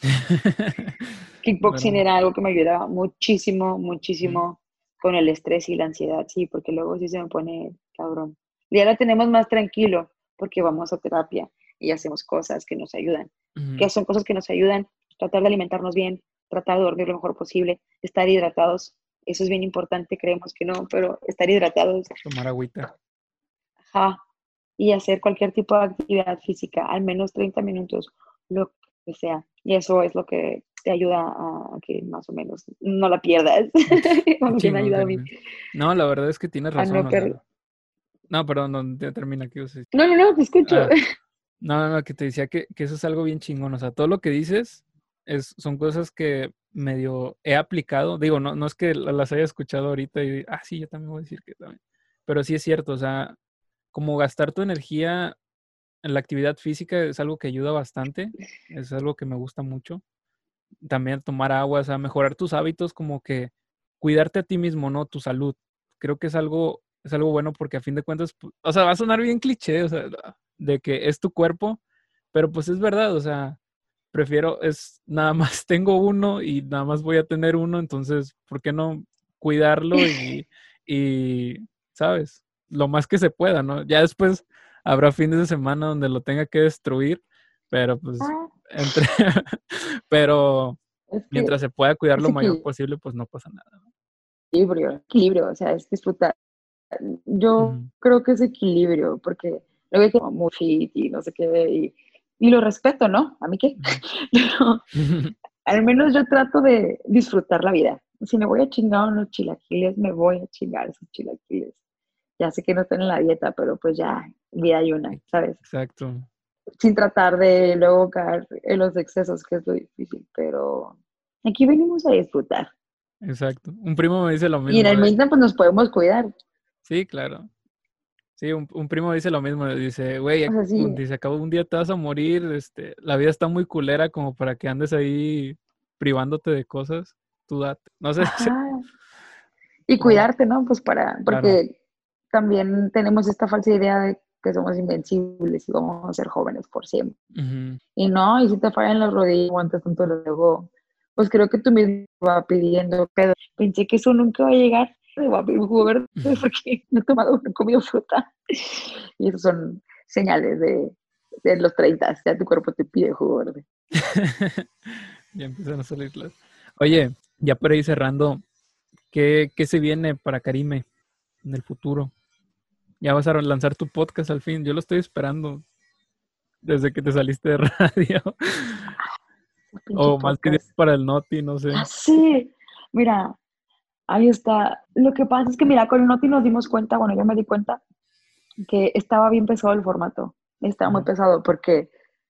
B: Kickboxing
A: Bueno,
B: era algo que me ayudaba muchísimo,
A: ujú.
B: muchísimo con el estrés y la ansiedad, sí, porque luego sí se me pone cabrón. Ya la tenemos más tranquilo porque vamos a terapia y hacemos cosas que nos ayudan.
A: Ujú.
B: ¿Qué son cosas que nos ayudan? Tratar de alimentarnos bien, tratar de dormir lo mejor posible, estar hidratados. Eso es bien importante, creemos que no, pero estar hidratados,
A: Tomar agüita.
B: ajá, y hacer cualquier tipo de actividad física, al menos treinta minutos, lo que sea. Y eso es lo que te ayuda a, a que más o menos no la pierdas,
A: Qué
B: como que me ha
A: chingón,
B: ayudado a mí,
A: Karina. No, la verdad es que tienes
B: a
A: razón,
B: no
A: o sea.
B: perder.
A: No, perdón, no, ya termina aquí.
B: No, no, no, te escucho.
A: Ah, no, no, no, que te decía que, que eso es algo bien chingón. O sea, todo lo que dices es, son cosas que medio he aplicado. Digo, no, no es que la- las haya escuchado ahorita y, ah, sí, yo también voy a decir que también. Pero sí es cierto, o sea, como gastar tu energía en la actividad física es algo que ayuda bastante. Es algo que me gusta mucho. También tomar agua, o sea, mejorar tus hábitos, como que cuidarte a ti mismo, ¿no? Tu salud. Creo que es algo, es algo bueno porque a fin de cuentas, pu- o sea, va a sonar bien cliché, o sea, de que es tu cuerpo, pero pues es verdad, o sea, prefiero, es nada más tengo uno y nada más voy a tener uno, entonces, ¿por qué no cuidarlo y, y, ¿sabes? Lo más que se pueda, ¿no? Ya después habrá fines de semana donde lo tenga que destruir, pero pues
B: Ah,
A: entre, pero
B: es que
A: mientras se pueda cuidar
B: es
A: lo mayor posible, pues no pasa nada, ¿no?
B: equilibrio, equilibrio, o sea, es disfrutar. Yo
A: Ujú,
B: creo que es equilibrio, porque luego hay que muy fit y no sé qué, y, y lo respeto, ¿no? ¿A mí qué?
A: ujú.
B: Pero al menos yo trato de disfrutar la vida. Si me voy a chingar unos chilaquiles, me voy a chingar esos chilaquiles. Ya sé que no están en la dieta, pero pues ya, vida hay una, ¿sabes?
A: Exacto,
B: Sin tratar de luego caer en los excesos, que es lo difícil, pero aquí venimos a disfrutar.
A: exacto. Un primo me dice lo
B: Y en
A: mismo
B: el
A: de,
B: mismo, pues nos podemos cuidar.
A: sí, claro. Sí, un, un primo dice lo mismo, dice, güey,
B: O sea,
A: un-
B: sí,
A: dice, acabo un día te vas a morir, este, la vida está muy culera como para que andes ahí privándote de cosas, tú date. No sé, si-
B: ajá. Y
A: no,
B: cuidarte, ¿no? Pues para,
A: claro.
B: porque también tenemos esta falsa idea de que somos invencibles y vamos a ser jóvenes por siempre.
A: Ujú.
B: Y no, y si te fallan las rodillas, aguantas tanto luego, pues creo que tú mismo va pidiendo, pero pensé que eso nunca va a llegar, me voy a pedir un jugo verde porque no he tomado, no he comido fruta. Y esos son señales de, de los treinta, ya tu cuerpo te pide jugo verde.
A: Ya empiezan a salirlas. Oye, ya para ir cerrando, ¿qué, qué se viene para Karime en el futuro? Ya vas a lanzar tu podcast al fin. Yo lo estoy esperando desde que te saliste de radio.
B: Un pinche
A: O más que
B: podcast.
A: para el Noti, no sé.
B: Ya sé, mira, ahí está. Lo que pasa es que, mira, con el Noti nos dimos cuenta, bueno, yo me di cuenta que estaba bien pesado el formato. Estaba muy
A: Ajá.
B: pesado porque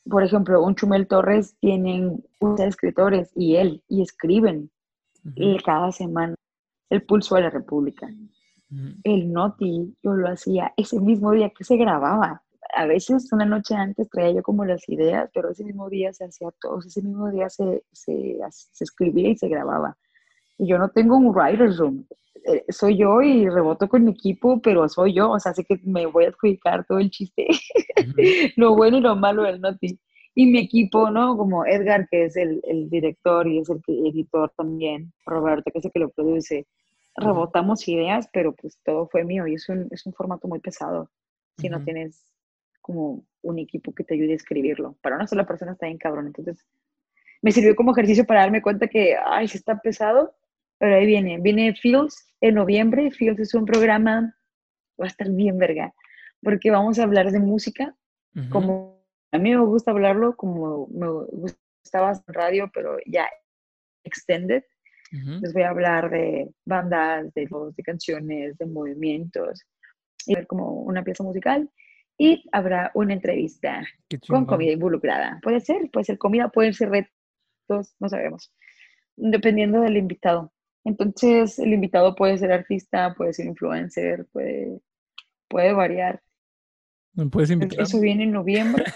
B: por ejemplo, un Chumel Torres tienen unos escritores y él, y escriben
A: Ujú,
B: y cada semana. El Pulso de la República.
A: ujú,
B: El Noti, yo lo hacía ese mismo día que se grababa. A veces una noche antes traía yo como las ideas, pero ese mismo día se hacía todo, ese mismo día se, se, se escribía y se grababa. Y yo no tengo un writer's room. Eh, soy yo y reboto con mi equipo, pero soy yo, o sea, sé que me voy a adjudicar todo el chiste,
A: ujú,
B: lo bueno y lo malo del Noti. Y mi equipo, ¿no? Como Edgar, que es el, el director y es el que, editor también, Roberto, que es el que lo produce,
A: ujú,
B: rebotamos ideas, pero pues todo fue mío y es un, es un formato muy pesado si no
A: ujú.
B: tienes como un equipo que te ayude a escribirlo. Para una sola persona está bien cabrón, entonces me sirvió como ejercicio para darme cuenta que, ay, sí está pesado, pero ahí viene, viene Fields en noviembre. Fields es un programa, va a estar bien verga, porque vamos a hablar de música,
A: Ujú,
B: como a mí me gusta hablarlo, como me gustaba en radio, pero ya extended.
A: ujú.
B: Les voy a hablar de bandas, de, de canciones, de movimientos, y ver como una pieza musical. Y habrá una entrevista
A: Qué
B: con
A: chingón.
B: comida involucrada. Puede ser, puede ser comida, pueden ser retos, no sabemos, dependiendo del invitado. Entonces, el invitado puede ser artista, puede ser influencer, puede, puede variar.
A: ¿Me puedes invitar?
B: Eso viene en noviembre,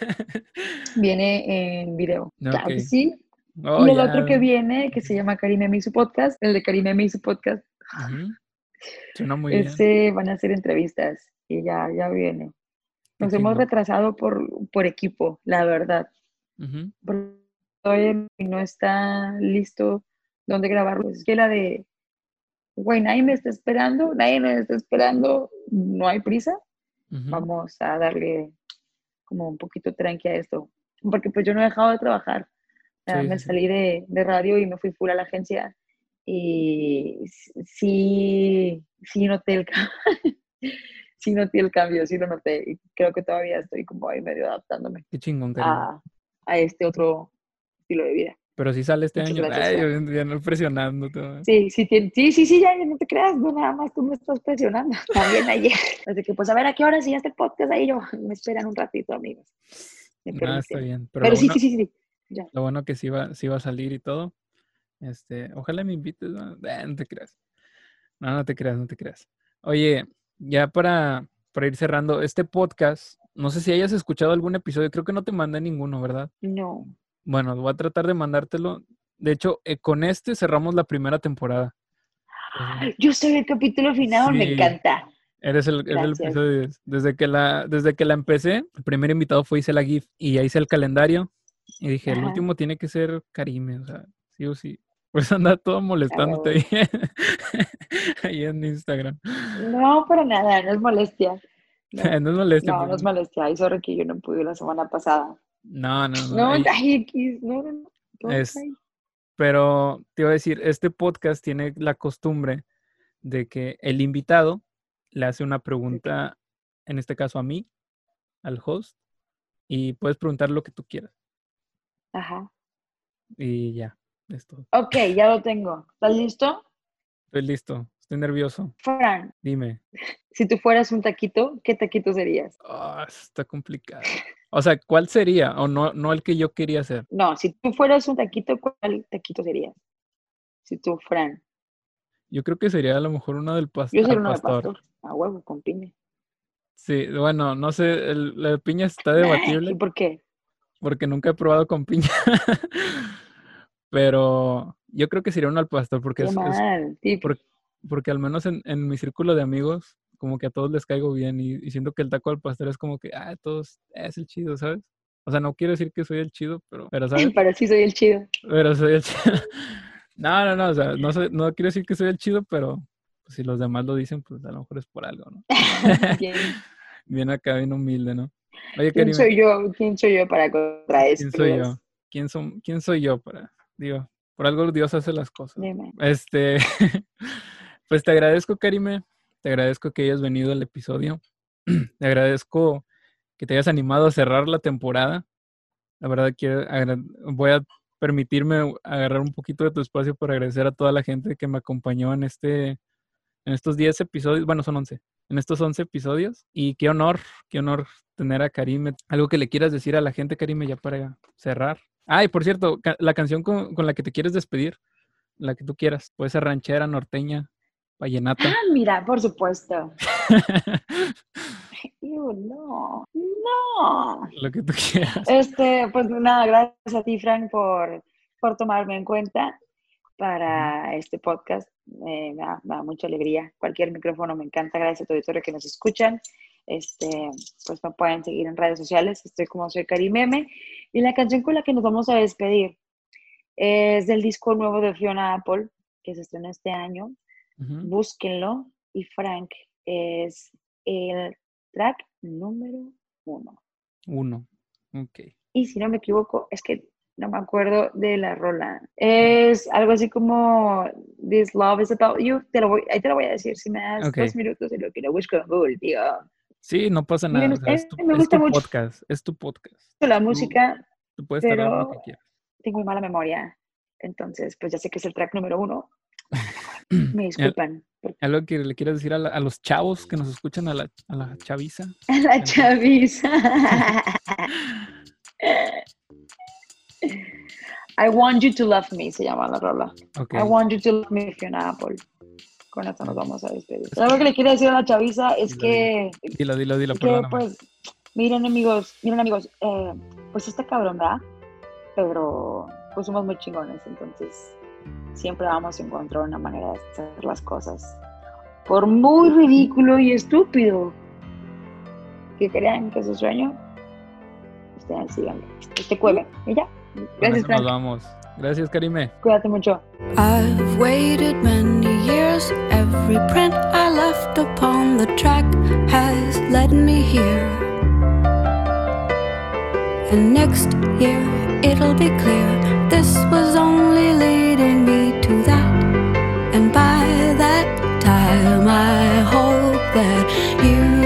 B: viene en video.
A: Ok.
B: Claro que sí.
A: Oh,
B: Y el otro
A: ya.
B: que viene, que se
A: Ujú,
B: llama Karime Me y su podcast, el de Karime Me y su podcast,
A: ujú. Suena muy bien.
B: ese van a hacer entrevistas y ya, ya viene.
A: Qué
B: Nos hemos
A: chingón.
B: retrasado por, por equipo, la verdad.
A: Ujú,
B: Porque todavía no está listo dónde grabarlo. Es que la de güey, nadie me está esperando, nadie me está esperando, no hay prisa,
A: ujú.
B: vamos a darle como un poquito tranqui a esto, porque pues yo no he dejado de trabajar. Uh,
A: Sí,
B: me
A: sí, sí.
B: salí de, de, radio y me fui full a la agencia y sí, sí noté el cambio, sí noté el cambio, sí lo noté y creo que todavía estoy como ahí medio adaptándome
A: Qué chingón, Karim.
B: a, a este otro estilo de vida.
A: Pero si sale este
B: Muchas
A: año.
B: gracias,
A: Ay, yo
B: Fran.
A: ya no presionando todo.
B: Sí, sí, sí, sí, sí, sí, ya, ya no te creas, no nada más tú me estás presionando. También ayer. Así que, pues, a ver, ¿a qué hora si ya este podcast ahí yo? Me esperan un ratito, amigos. Me
A: Nada, está
B: permiten.
A: bien. Pero lo
B: Pero sí,
A: bueno,
B: sí, sí, sí, ya.
A: lo bueno que sí va, sí va a salir y todo. Este, ojalá me invites, ¿no? Eh, no te creas. No, no te creas, no te creas. Oye, ya para, para ir cerrando, este podcast, no sé si hayas escuchado algún episodio, creo que no te mandé ninguno, ¿verdad?
B: No.
A: Bueno, voy a tratar de mandártelo. De hecho, eh, con este cerramos la primera temporada. Entonces,
B: Yo soy el capítulo final, me
A: sí,
B: encanta.
A: eres el, eres el
B: Gracias.
A: episodio diez. Desde que la, desde que la empecé, el primer invitado fue Isela GIF y ya hice el calendario y dije, el
B: Ajá,
A: último tiene que ser Karime, o sea, sí o sí. Pues anda todo
B: a
A: molestándote
B: huevo.
A: ahí, ahí en Instagram.
B: No, para nada, no es molestia. No,
A: No es molestia,
B: no, no
A: pero
B: es molestia. Ay, sorry que yo no pude la semana pasada.
A: no, no, no.
B: No,
A: ahí
B: ay, X, no, no, no. Todo
A: es,
B: fine.
A: pero te iba a decir, este podcast tiene la costumbre de que el invitado le hace una
B: Ok.
A: pregunta, en este caso a mí, al host, y puedes preguntar lo que tú quieras.
B: Ajá.
A: Y ya, es todo.
B: Ok, ya lo tengo. ¿Estás listo?
A: Estoy listo, estoy nervioso.
B: Fran,
A: Dime.
B: si tú fueras un taquito, ¿qué taquito serías?
A: Ah, está complicado. O sea, ¿cuál sería? O no, no el que yo quería hacer.
B: No, si tú fueras un taquito, ¿cuál taquito serías? Si tú, Fran.
A: Yo creo que sería a lo mejor uno del pas-
B: Yo
A: al
B: sería uno de
A: pastor.
B: pastor, a huevo, con piña.
A: Sí, bueno, no sé, el- la piña está
B: Nah, ¿y
A: debatible
B: por qué?
A: porque nunca he probado con piña. Pero yo creo que sería uno al pastor porque
B: Qué
A: es, es
B: mal. Sí,
A: por- porque al menos en, en mi círculo de amigos, como que a todos les caigo bien y, y siento que el taco al pastor es como que, ah, todos es el chido, ¿sabes? O sea, no quiero decir que soy el chido, pero, pero ¿sabes?
B: pero sí soy el chido.
A: Pero soy el chido. No, no, no, o sea, no, soy- no quiero decir que soy el chido, pero pues, si los demás lo dicen, pues a lo mejor es por algo, ¿no?
B: ¿Quién,
A: Bien acá, bien humilde, ¿no? Oye,
B: quién
A: Karime,
B: soy yo? ¿Quién soy yo para
A: ¿quién soy yo?
B: contradecirles?
A: ¿Quién, son, quién soy yo para, digo, por algo Dios hace las cosas, ¿no?
B: Dime.
A: Este, pues te agradezco, Karime, te agradezco que hayas venido al episodio, te agradezco que te hayas animado a cerrar la temporada. La verdad, quiero agra- voy a permitirme agarrar un poquito de tu espacio para agradecer a toda la gente que me acompañó en este, en estos diez episodios, bueno, son once, en estos once episodios. Y qué honor, qué honor tener a Karime. Algo que le quieras decir a la gente, Karime, ya para cerrar. Ah, y por cierto, ca- la canción con, con la que te quieres despedir, la que tú quieras. Puede ser ranchera, norteña, vallenata.
B: Ah, mira, por supuesto. Ew, no, no.
A: Lo que tú quieras.
B: Este, pues nada, gracias a ti, Frank, por, por tomarme en cuenta para este podcast. Eh, me, da, me da mucha alegría. Cualquier micrófono me encanta. Gracias a todo auditorio que nos escuchan. Este, pues me pueden seguir en redes sociales. Estoy como soy Karimeme. Y la canción con la que nos vamos a despedir es del disco nuevo de Fiona Apple, que se estrenó este año. Uh-huh. Búsquenlo. Y Frank es el track número uno.
A: Uno, ok.
B: Y si no me equivoco, es que no me acuerdo de la rola. Es algo así como This Love is About You. Te lo voy, ahí te lo voy a decir si me das okay. dos minutos de lo que lo busco en Google, tío.
A: Sí, no pasa nada.
B: Miren,
A: o sea, es tu,
B: me gusta
A: es tu
B: mucho
A: podcast. Es tu podcast.
B: La música,
A: tú, tú puedes
B: pero
A: lo que quieras.
B: Tengo muy mala memoria. Entonces, pues ya sé que es el track número uno. Me disculpan.
A: ¿Algo que le quieras decir a, la, a los chavos que nos escuchan, a la, a la chaviza?
B: A la chaviza. I Want You to Love Me se llama la rola. Okay. I Want You to Love Me, Fiona Apple. Con esto nos vamos a despedir. Algo que le quiero decir a la chaviza es
A: dilo,
B: que...
A: Dilo, dilo, dilo,
B: que, pues, miren amigos, miren amigos, eh, pues está cabrón, ¿verdad? Pero pues somos muy chingones, entonces siempre vamos a encontrar una manera de hacer las cosas. Por muy ridículo y estúpido que crean que es su sueño, ustedes síganlo. Este cueve. Y ya. Gracias,
A: Frank. Nos vamos. Gracias, Karime.
B: Cuídate mucho.
C: I've waited many years. Every print I left upon the track has led me here. And next year it'll be clear this was only leading me to that. And by that time I hope that you